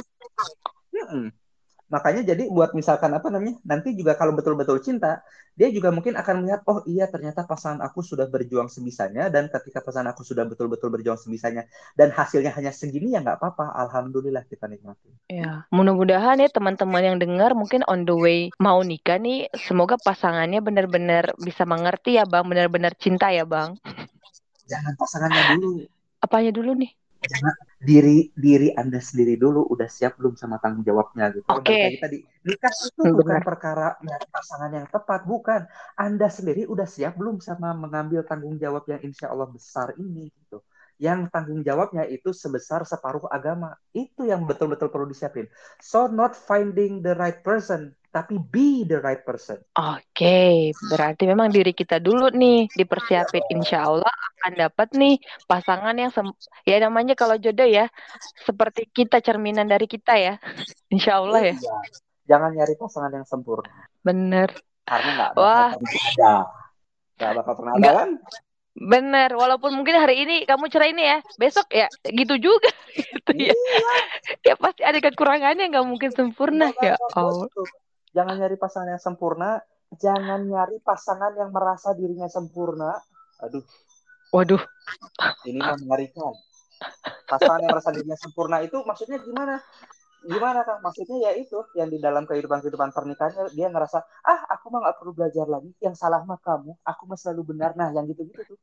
Mm-mm. Makanya jadi buat misalkan apa namanya, nanti juga kalau betul-betul cinta, dia juga mungkin akan melihat, oh iya ternyata pasangan aku sudah berjuang sebisanya, dan ketika pasangan aku sudah betul-betul berjuang sebisanya, dan hasilnya hanya segini ya nggak apa-apa, alhamdulillah kita nikmati. Ya, mudah-mudahan ya teman-teman yang dengar mungkin on the way mau nikah nih, semoga pasangannya benar-benar bisa mengerti ya bang, benar-benar cinta ya bang. Jangan pasangannya dulu, Apanya dulu nih? jangan diri diri Anda sendiri dulu udah siap belum sama tanggung jawabnya gitu. Kalau balik Oke, lagi tadi, nikah itu bukan benar. perkara nyari pasangan yang tepat, bukan. Anda sendiri udah siap belum sama mengambil tanggung jawab yang insya Allah besar ini gitu. Yang tanggung jawabnya itu sebesar separuh agama. Itu yang betul-betul perlu disiapin. So not finding the right person, tapi be the right person. Oke, berarti memang diri kita dulu nih dipersiapin. Insya Allah akan dapat nih pasangan yang ya namanya kalau jodoh ya seperti kita cerminan dari kita ya. Insya Allah ya. Iya. Jangan nyari pasangan yang sempurna. Bener. Karena nggak bakal Wah, pernah ada. Nggak bakal pernah ada nggak kan? bener. Walaupun mungkin hari ini kamu cerai ini ya, besok ya gitu juga gitu ya. Iya. Ya pasti ada kekurangannya, nggak mungkin sempurna ya. Oh, Betul. Jangan nyari pasangan yang sempurna, jangan nyari pasangan yang merasa dirinya sempurna. Aduh, waduh. ini mah mengerikan. Pasangan yang merasa dirinya sempurna itu maksudnya gimana? Gimana kan? Maksudnya ya itu yang di dalam kehidupan pernikahannya dia ngerasa, ah aku mah nggak perlu belajar lagi. Yang salah mah kamu, aku mah selalu benar. Nah yang gitu-gitu tuh,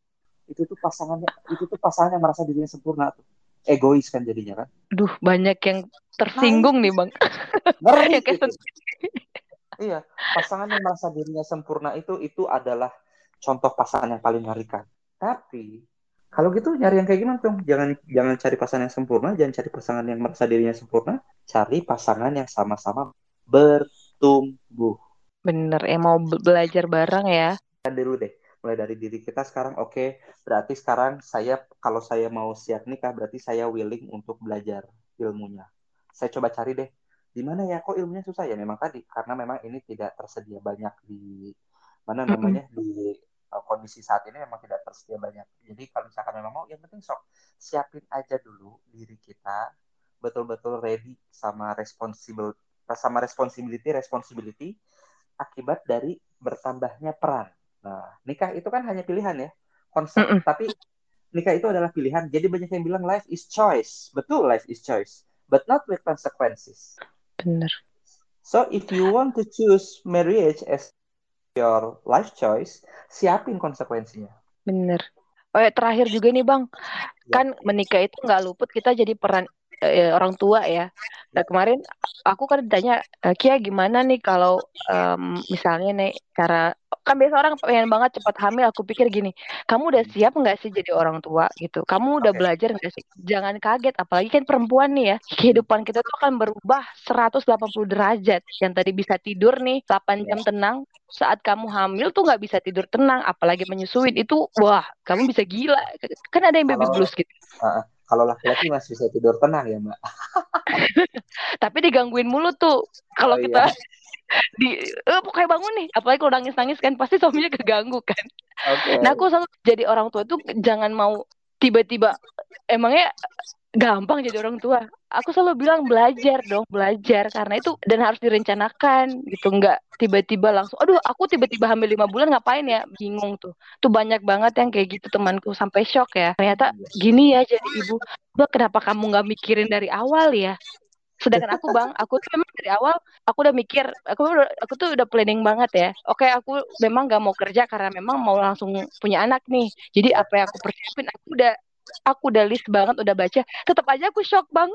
itu tuh pasangan yang merasa dirinya sempurna tuh. Egois kan jadinya kan. Duh, banyak yang Nah tersinggung itu nih bang. ngeri Yang kayak itu. Iya, pasangan yang merasa dirinya sempurna itu adalah contoh pasangan yang paling mengerikan. Tapi kalau gitu nyari yang kayak gimana dong? Jangan jangan cari pasangan yang sempurna, jangan cari pasangan yang merasa dirinya sempurna, cari pasangan yang sama-sama bertumbuh. bener, mau belajar bareng ya. Kan dulu deh, mulai dari diri kita sekarang. Oke, berarti sekarang kalau saya mau siap nikah, berarti saya willing untuk belajar ilmunya. Saya coba cari deh, di mana ya kok ilmunya susah ya? Memang tadi karena memang ini tidak tersedia banyak di mana Mm-mm. namanya di kondisi saat ini memang tidak tersedia banyak. Jadi kalau misalkan memang mau, yang penting sok siapin aja dulu diri kita betul-betul ready sama responsibility akibat dari bertambahnya peran. Nah, nikah itu kan hanya pilihan ya, konsep. Mm-mm. Tapi nikah itu adalah pilihan. Jadi banyak yang bilang life is choice. Betul, life is choice, but not with consequences. Bener, So if you want to choose marriage as your life choice, siapin konsekuensinya. bener. Oh ya, terakhir juga nih bang, Ya, kan menikah itu nggak luput kita jadi peran orang tua ya. Nah ya. kemarin aku kan ditanya, Kia gimana nih kalau misalnya nih cara kan biasa orang pengen banget cepat hamil. Aku pikir gini, kamu udah siap nggak sih jadi orang tua gitu? Kamu udah Oke. belajar nggak sih? Jangan kaget, apalagi kan perempuan nih ya. Kehidupan kita tuh akan berubah 180 derajat. Yang tadi bisa tidur nih 8 Ya. jam tenang, saat kamu hamil tuh nggak bisa tidur tenang, apalagi menyusuin itu, wah, kamu bisa gila. Kan ada yang baby Kalau blues gitu. kalau laki-laki masih bisa tidur tenang ya, Mbak. Tapi digangguin mulu tuh. Oh Kalau kita iya. pokoknya bangun nih, apalagi kalau nangis-nangis kan pasti suaminya keganggu kan. Nah Oke. aku selalu jadi orang tua tuh jangan mau tiba-tiba, emangnya gampang jadi orang tua. Aku selalu bilang belajar dong, belajar karena itu dan harus direncanakan gitu, nggak tiba-tiba langsung. Aduh, aku tiba-tiba hamil 5 bulan ngapain ya? Bingung tuh. Tuh banyak banget yang kayak gitu temanku sampai shock ya. Ternyata gini ya jadi ibu. Bah, kenapa kamu nggak mikirin dari awal ya? Sedangkan aku bang, aku tuh memang dari awal aku udah mikir, aku tuh udah planning banget ya. Oke, aku memang gak mau kerja karena memang mau langsung punya anak nih. Jadi apa yang aku persiapin, aku udah list banget, udah baca. Tetap aja aku shock bang,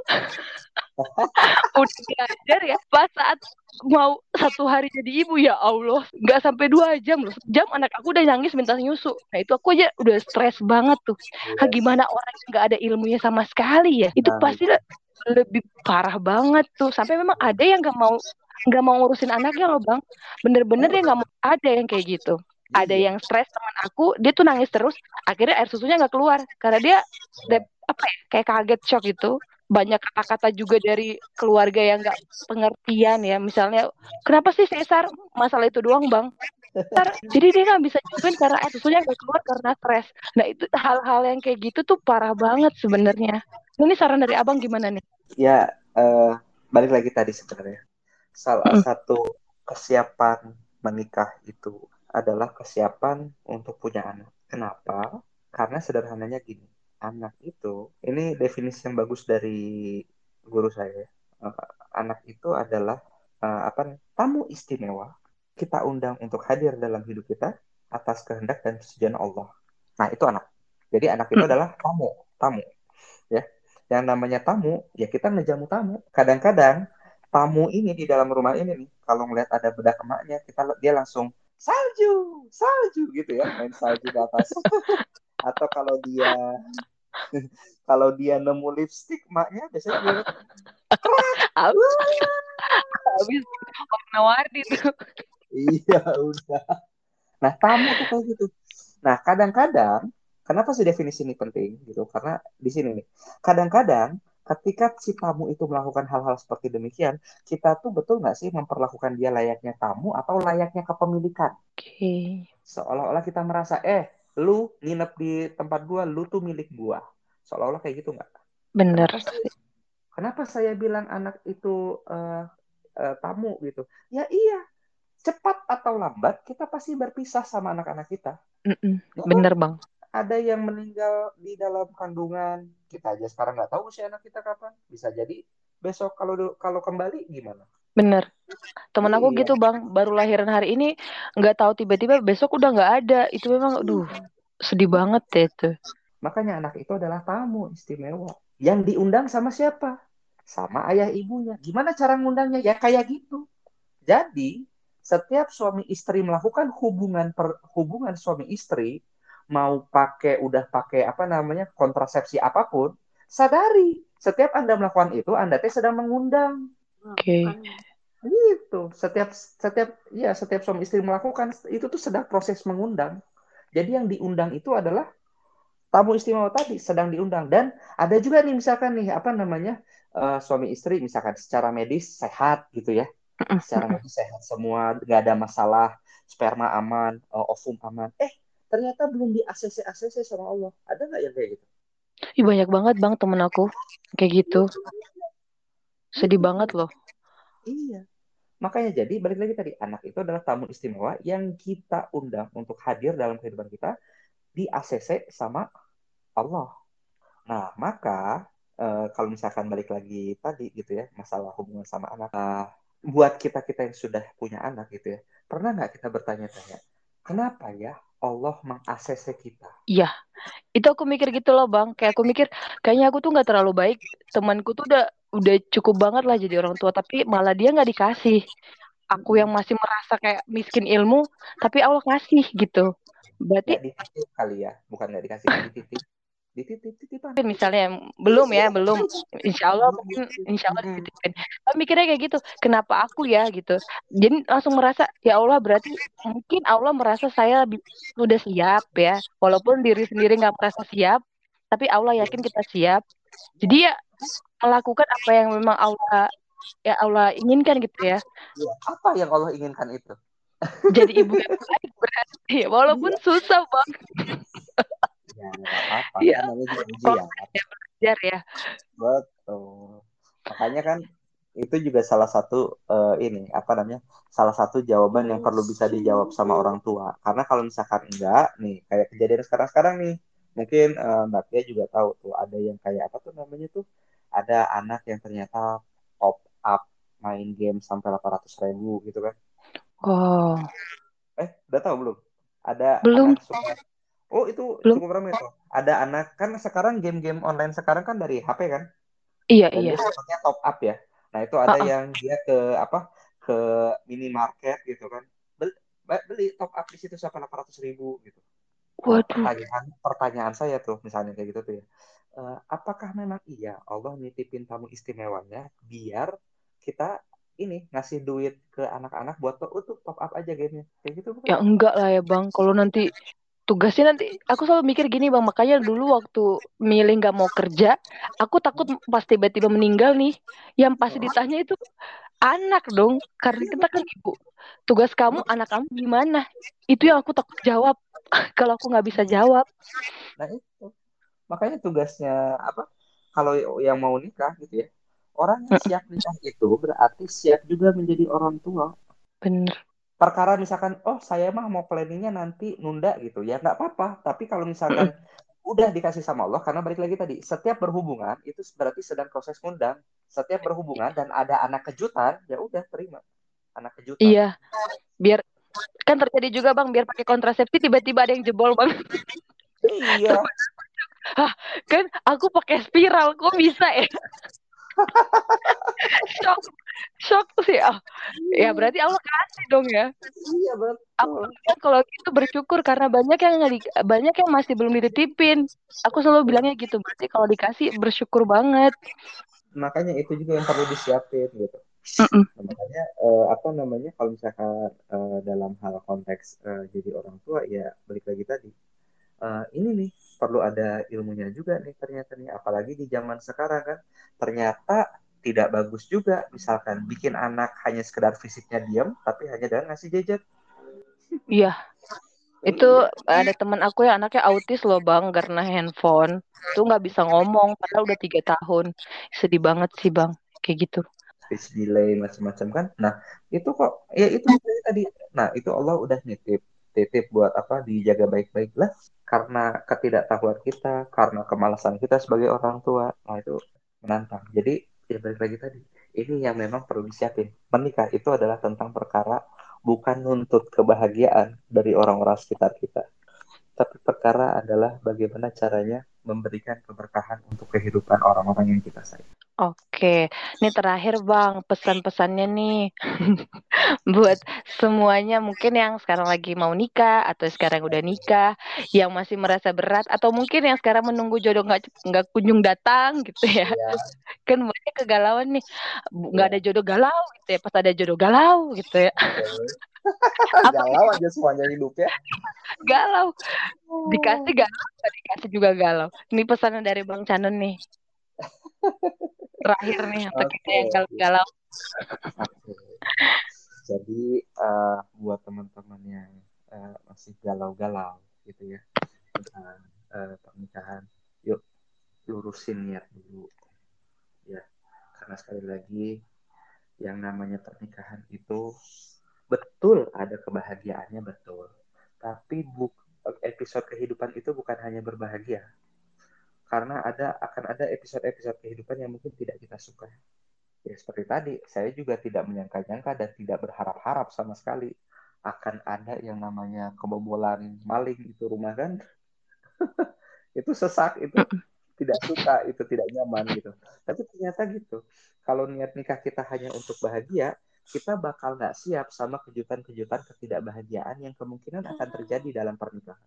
udah belajar ya. Pas saat mau 1 hari jadi ibu ya Allah, nggak sampai 2 jam loh. Sejam anak aku udah nangis minta nyusu. Nah itu aku aja udah stres banget tuh. Iya. Gimana orang yang nggak ada ilmunya sama sekali ya? Itu Nah, pasti lebih parah banget tuh. Sampai memang ada yang nggak mau ngurusin anaknya loh bang. Bener-bener dia nggak mau, ada yang kayak gitu. Ada iya. yang stres, teman aku dia tuh nangis terus, akhirnya air susunya nggak keluar karena dia apa ya, kayak kaget shock gitu. Banyak kata-kata juga dari keluarga yang nggak pengertian ya, misalnya kenapa sih sesar, masalah itu doang bang. Jadi dia nggak bisa jawabin karena air susunya nggak keluar karena stres. Nah itu hal-hal yang kayak gitu tuh parah banget sebenarnya. Ini saran dari abang gimana nih? Ya, eh, balik lagi tadi sebenarnya. Salah Mm. satu kesiapan menikah itu adalah kesiapan untuk punya anak. Kenapa? Karena sederhananya gini, anak itu, ini definisi yang bagus dari guru saya. Anak itu adalah tamu istimewa kita undang untuk hadir dalam hidup kita atas kehendak dan persetujuan Allah. Nah, itu anak. Jadi anak itu Mm. adalah tamu, tamu ya. Yang namanya tamu, ya kita ngejamu tamu. Kadang-kadang tamu ini di dalam rumah ini nih, kalau ngeliat ada bedak emaknya, dia langsung salju, salju gitu ya, main salju ke atas. Atau kalau dia nemu lipstick emaknya, biasanya gimana tuh? Habis warna-warni tuh. Iya, udah. Nah, tamu tuh kayak gitu. Nah, kadang-kadang, kenapa sih definisi ini penting gitu? Karena di sini nih, kadang-kadang ketika si tamu itu melakukan hal-hal seperti demikian, kita tuh betul nggak sih memperlakukan dia layaknya tamu atau layaknya kepemilikan? Oke, Seolah-olah kita merasa, lu nginep di tempat gua, lu tuh milik gua. Seolah-olah kayak gitu nggak? bener. Kenapa sih? Kenapa saya bilang anak itu tamu gitu? Ya iya, cepat atau lambat kita pasti berpisah sama anak-anak kita. Mm-mm. Ya kan? Bener bang, Ada yang meninggal di dalam kandungan. Kita aja sekarang nggak tahu usia anak kita kapan. Bisa jadi besok kalau kalau kembali gimana? bener. Temen aku Iya. gitu bang, baru lahiran hari ini, nggak tahu tiba-tiba besok udah nggak ada. Itu memang, aduh, sedih banget deh itu. Makanya anak itu adalah tamu istimewa. Yang diundang sama siapa? Sama ayah ibunya. Gimana cara ngundangnya? Ya kayak gitu. Jadi, setiap suami istri melakukan hubungan suami istri, mau udah pakai apa namanya kontrasepsi apapun, sadari setiap Anda melakukan itu, Anda teh sedang mengundang. Oke, Gitu. Setiap suami istri melakukan itu tuh sedang proses mengundang. Jadi yang diundang itu adalah tamu istimewa tadi sedang diundang. Dan ada juga nih misalkan nih apa namanya suami istri misalkan secara medis sehat gitu ya, mm-mm, secara mm-mm. medis sehat semua, nggak ada masalah, sperma aman, ovum aman. Ternyata belum di ACC ACC sama Allah. Ada nggak yang kayak gitu? Ih, banyak banget bang temen aku kayak gitu. Sedih Itu banget loh. iya. Makanya jadi balik lagi tadi anak itu adalah tamu istimewa yang kita undang untuk hadir dalam kehidupan kita di ACC sama Allah. Nah, maka kalau misalkan balik lagi tadi gitu ya, masalah hubungan sama anak, buat kita-kita yang sudah punya anak gitu ya, pernah nggak kita bertanya-tanya, kenapa ya Allah meng-ACC kita? Iya, itu aku mikir gitu loh bang. Kayak aku mikir, kayaknya aku tuh nggak terlalu baik. Temanku tuh udah cukup banget lah jadi orang tua, tapi malah dia nggak dikasih. Aku yang masih merasa kayak miskin ilmu, tapi Allah kasih gitu. Berarti Nggak dititip kali ya, bukan nggak dikasih, dititip, dititip, titipan. misalnya belum ya, belum. Insya Allah mungkin, insya Allah dititipin. Tapi mikirnya kayak gitu, kenapa aku ya gitu. Jadi langsung merasa, ya Allah berarti mungkin Allah merasa saya sudah siap ya. Walaupun diri sendiri nggak merasa siap, tapi Allah yakin kita siap. Jadi ya melakukan apa yang memang Allah ya Allah inginkan gitu ya. Ya, apa yang Allah inginkan itu? Jadi ibu yang baik berarti, walaupun Iya, susah Bang. ya nggak apa-apa Ya, kan namanya juga proses ujian. ya belajar ya. Betul. Makanya kan itu juga salah satu ini apa namanya? Salah satu jawaban yang perlu bisa dijawab sama orang tua. Karena kalau misalkan enggak nih, kayak kejadian sekarang-sekarang nih, mungkin Mbak Tia juga tahu tuh ada yang kayak apa tuh namanya tuh? Ada anak yang ternyata top up main game sampai 800.000 gitu kan. Oh, Udah tahu belum? Ada belum, anak suka. Oh, itu belum. cukup ramai tuh. Ada anak kan sekarang game-game online sekarang kan dari HP kan, Iya, dan iya. dia sifatnya top up ya. Nah, itu ada Heeh. yang dia ke apa? Ke minimarket gitu kan. Beli, beli top up di situ sampai 800.000 gitu. Nah, Waduh, pertanyaan saya tuh misalnya kayak gitu tuh ya. Apakah memang iya Allah nitipin tamu istimewanya biar kita ini ngasih duit ke anak-anak buat untuk top up aja gamenya kayak gitu bukan? ya enggak lah ya Bang. Kalau nanti tugasnya nanti, aku selalu mikir gini Bang. Makanya dulu waktu milih nggak mau kerja, aku takut pas tiba-tiba meninggal nih. Yang pasti Heeh. ditanya itu anak dong. Karena Iya kita kan betul. ibu. Tugas kamu, Heeh. anak kamu gimana? Itu yang aku takut jawab. Kalau aku nggak bisa jawab. Nah itu makanya tugasnya apa? Kalau yang mau nikah gitu ya, orang yang Heeh, siap nikah itu berarti siap juga menjadi orang tua. bener. Perkara misalkan, oh saya mah mau planningnya nanti nunda gitu ya nggak apa-apa. Tapi kalau misalkan Heeh. udah dikasih sama Allah, karena balik lagi tadi, setiap berhubungan itu berarti sedang proses ngundang. Setiap berhubungan dan ada anak kejutan, ya udah terima anak kejutan. Iya, biar kan terjadi juga Bang, biar pakai kontrasepsi tiba-tiba ada yang jebol Bang. Iya, Hah, kan aku pakai spiral, kok bisa ya? Shock, shock sih. Oh, ya berarti Allah kasih dong ya. iya Aku betul. kan kalau gitu bersyukur karena banyak yang masih belum dititipin. Aku selalu bilangnya gitu. Berarti kalau dikasih bersyukur banget. Makanya itu juga yang perlu disiapin gitu. Mm-mm. Nah, makanya apa namanya kalau misalkan dalam hal konteks jadi orang tua ya balik lagi tadi ini nih perlu ada ilmunya juga nih ternyata nih apalagi di zaman sekarang kan ternyata tidak bagus juga misalkan bikin anak hanya sekedar fisiknya diam tapi hanya dengan ngasih gadget. Iya, itu Iya, ada teman aku yang anaknya autis loh Bang karena handphone. Tuh nggak bisa ngomong padahal udah 3 tahun. Sedih banget sih Bang, kayak gitu. speech delay macam-macam kan. Nah, itu kok ya itu tadi. Nah, itu Allah udah nitip titip buat apa dijaga baik-baik lah karena ketidaktahuan kita, karena kemalasan kita sebagai orang tua. Nah, itu menantang. Jadi, ya balik lagi tadi. Ini yang memang perlu disiapin. Menikah itu adalah tentang perkara bukan nuntut kebahagiaan dari orang-orang sekitar kita, tapi perkara adalah bagaimana caranya memberikan keberkahan untuk kehidupan orang-orang yang kita sayang. Oke, ini terakhir Bang, pesan-pesannya nih buat semuanya mungkin yang sekarang lagi mau nikah atau sekarang udah nikah, yang masih merasa berat atau mungkin yang sekarang menunggu jodoh nggak kunjung datang gitu ya. Ya, Kan banyak kegalauan nih, nggak ada ya. jodoh galau gitu ya, pas ada jodoh galau gitu ya. Apa Galau aja semuanya hidup ya. galau? Dikasih Oh. galau, nggak dikasih juga galau. Ini pesanan dari Bang Canon nih, terakhir nih untuk kita Oke, yang galau-galau. oke. Jadi buat teman-teman yang masih galau-galau gitu ya tentang pernikahan, yuk lurusin niat dulu ya. Karena sekali lagi yang namanya pernikahan itu betul ada kebahagiaannya betul, tapi episode kehidupan itu bukan hanya berbahagia, karena akan ada episode-episode kehidupan yang mungkin tidak kita suka. Ya seperti tadi, saya juga tidak menyangka-nyangka dan tidak berharap-harap sama sekali akan ada yang namanya kebobolan maling itu rumah kan. Itu sesak, itu Mm-mm. tidak suka, itu tidak nyaman gitu. Tapi ternyata gitu. Kalau niat nikah kita hanya untuk bahagia, kita bakal nggak siap sama kejutan-kejutan ketidakbahagiaan yang kemungkinan akan terjadi dalam pernikahan.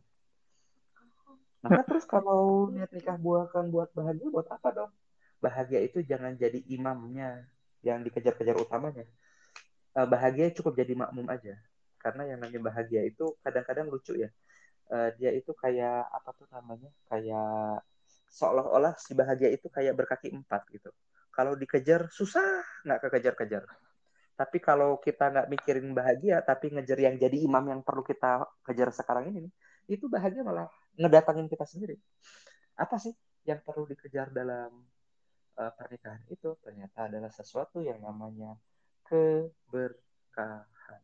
Maka terus kalau niat nikah bukan buat bahagia, buat apa dong? Bahagia itu jangan jadi imamnya yang dikejar-kejar utamanya. Bahagia cukup jadi makmum aja. Karena yang namanya bahagia itu kadang-kadang lucu ya. Dia itu kayak apa tuh namanya? Kayak seolah-olah si bahagia itu kayak berkaki empat gitu. Kalau dikejar susah nggak kekejar-kejar. Tapi kalau kita nggak mikirin bahagia, tapi ngejar yang jadi imam yang perlu kita kejar sekarang ini, itu bahagia malah ngedatangin kita sendiri. Apa sih yang perlu dikejar dalam pernikahan itu? Ternyata adalah sesuatu yang namanya keberkahan.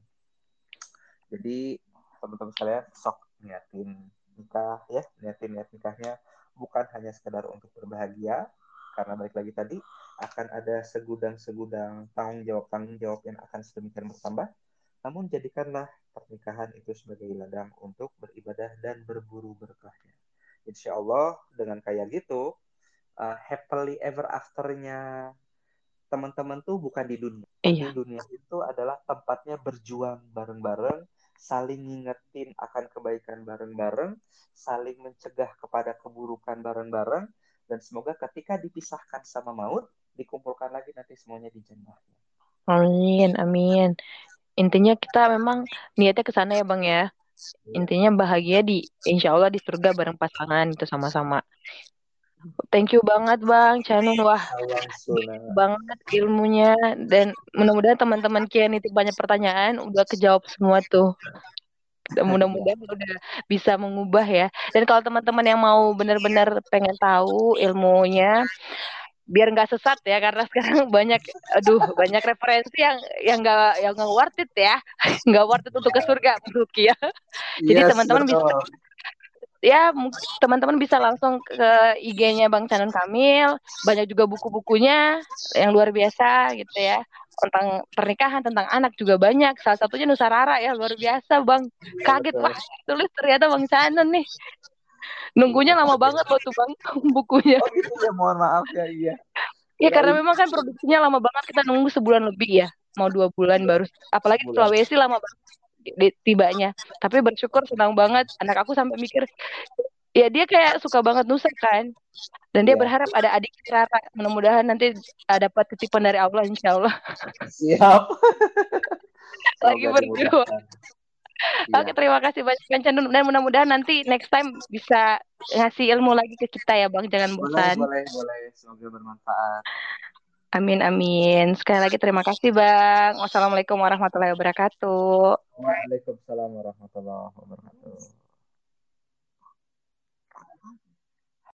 Jadi teman-teman sekalian sok niatin nikah ya, niatin niat nikahnya bukan hanya sekedar untuk berbahagia, karena balik lagi tadi akan ada segudang tanggung jawab yang akan sedemikian bertambah. Namun jadikanlah pernikahan itu sebagai ladang untuk beribadah dan berburu berkahnya. Insya Allah dengan kayak gitu, happily ever after-nya teman-teman tuh bukan di dunia, tapi Iya. dunia itu adalah tempatnya berjuang bareng-bareng, saling ngingetin akan kebaikan bareng-bareng, saling mencegah kepada keburukan bareng-bareng, dan semoga ketika dipisahkan sama maut, dikumpulkan lagi nanti semuanya di jannah. Amin, amin. Intinya kita memang niatnya ke sana ya Bang ya. Iya. Intinya bahagia di insya Allah di surga bareng pasangan itu sama-sama. Thank you banget Bang Chanun. Wah, Awang banyak Suna. banget ilmunya dan mudah-mudahan teman-teman Kian itu banyak pertanyaan udah kejawab semua tuh. Dan Iya, mudah-mudahan udah bisa mengubah ya. Dan kalau teman-teman yang mau benar-benar pengen tahu ilmunya, biar nggak sesat ya, karena sekarang banyak, aduh, banyak referensi yang nggak worth it ya, nggak worth it untuk ke surga menurut Kia. Jadi yes, teman-teman bisa betul. ya teman-teman bisa langsung ke IG-nya Bang Canon Kamil, banyak juga buku-bukunya yang luar biasa gitu ya. Tentang pernikahan, tentang anak juga banyak. Salah satunya Nusa Rara ya, luar biasa Bang. Iya, Kaget, betul. wah tulis ternyata Bang Canon nih. Nunggunya Iya, lama banget loh tuh Bang, bukunya. oh gitu ya, mohon maaf ya, iya. Ya karena Kirain memang kan produksinya lama banget, kita nunggu sebulan lebih ya. Mau 2 bulan baru, apalagi di sebulan. Sulawesi lama banget tibanya. Tapi bersyukur senang banget. Anak aku sampai mikir, ya dia kayak suka banget Nusa kan. Dan dia Iya, berharap ada adik Rara. Mudah-mudahan nanti dapat titipan dari Allah, insya Allah. siap. Lagi Semoga berjuang. dimudahkan. Oke, Iya, terima kasih banyak Bang Chandun. Dan mudah-mudahan nanti next time bisa ngasih ilmu lagi ke kita ya Bang. Jangan boleh, bosan. boleh, boleh. Semoga bermanfaat. Amin, amin. Sekali lagi terima kasih Bang. Wassalamualaikum warahmatullahi wabarakatuh. Waalaikumsalam warahmatullahi wabarakatuh.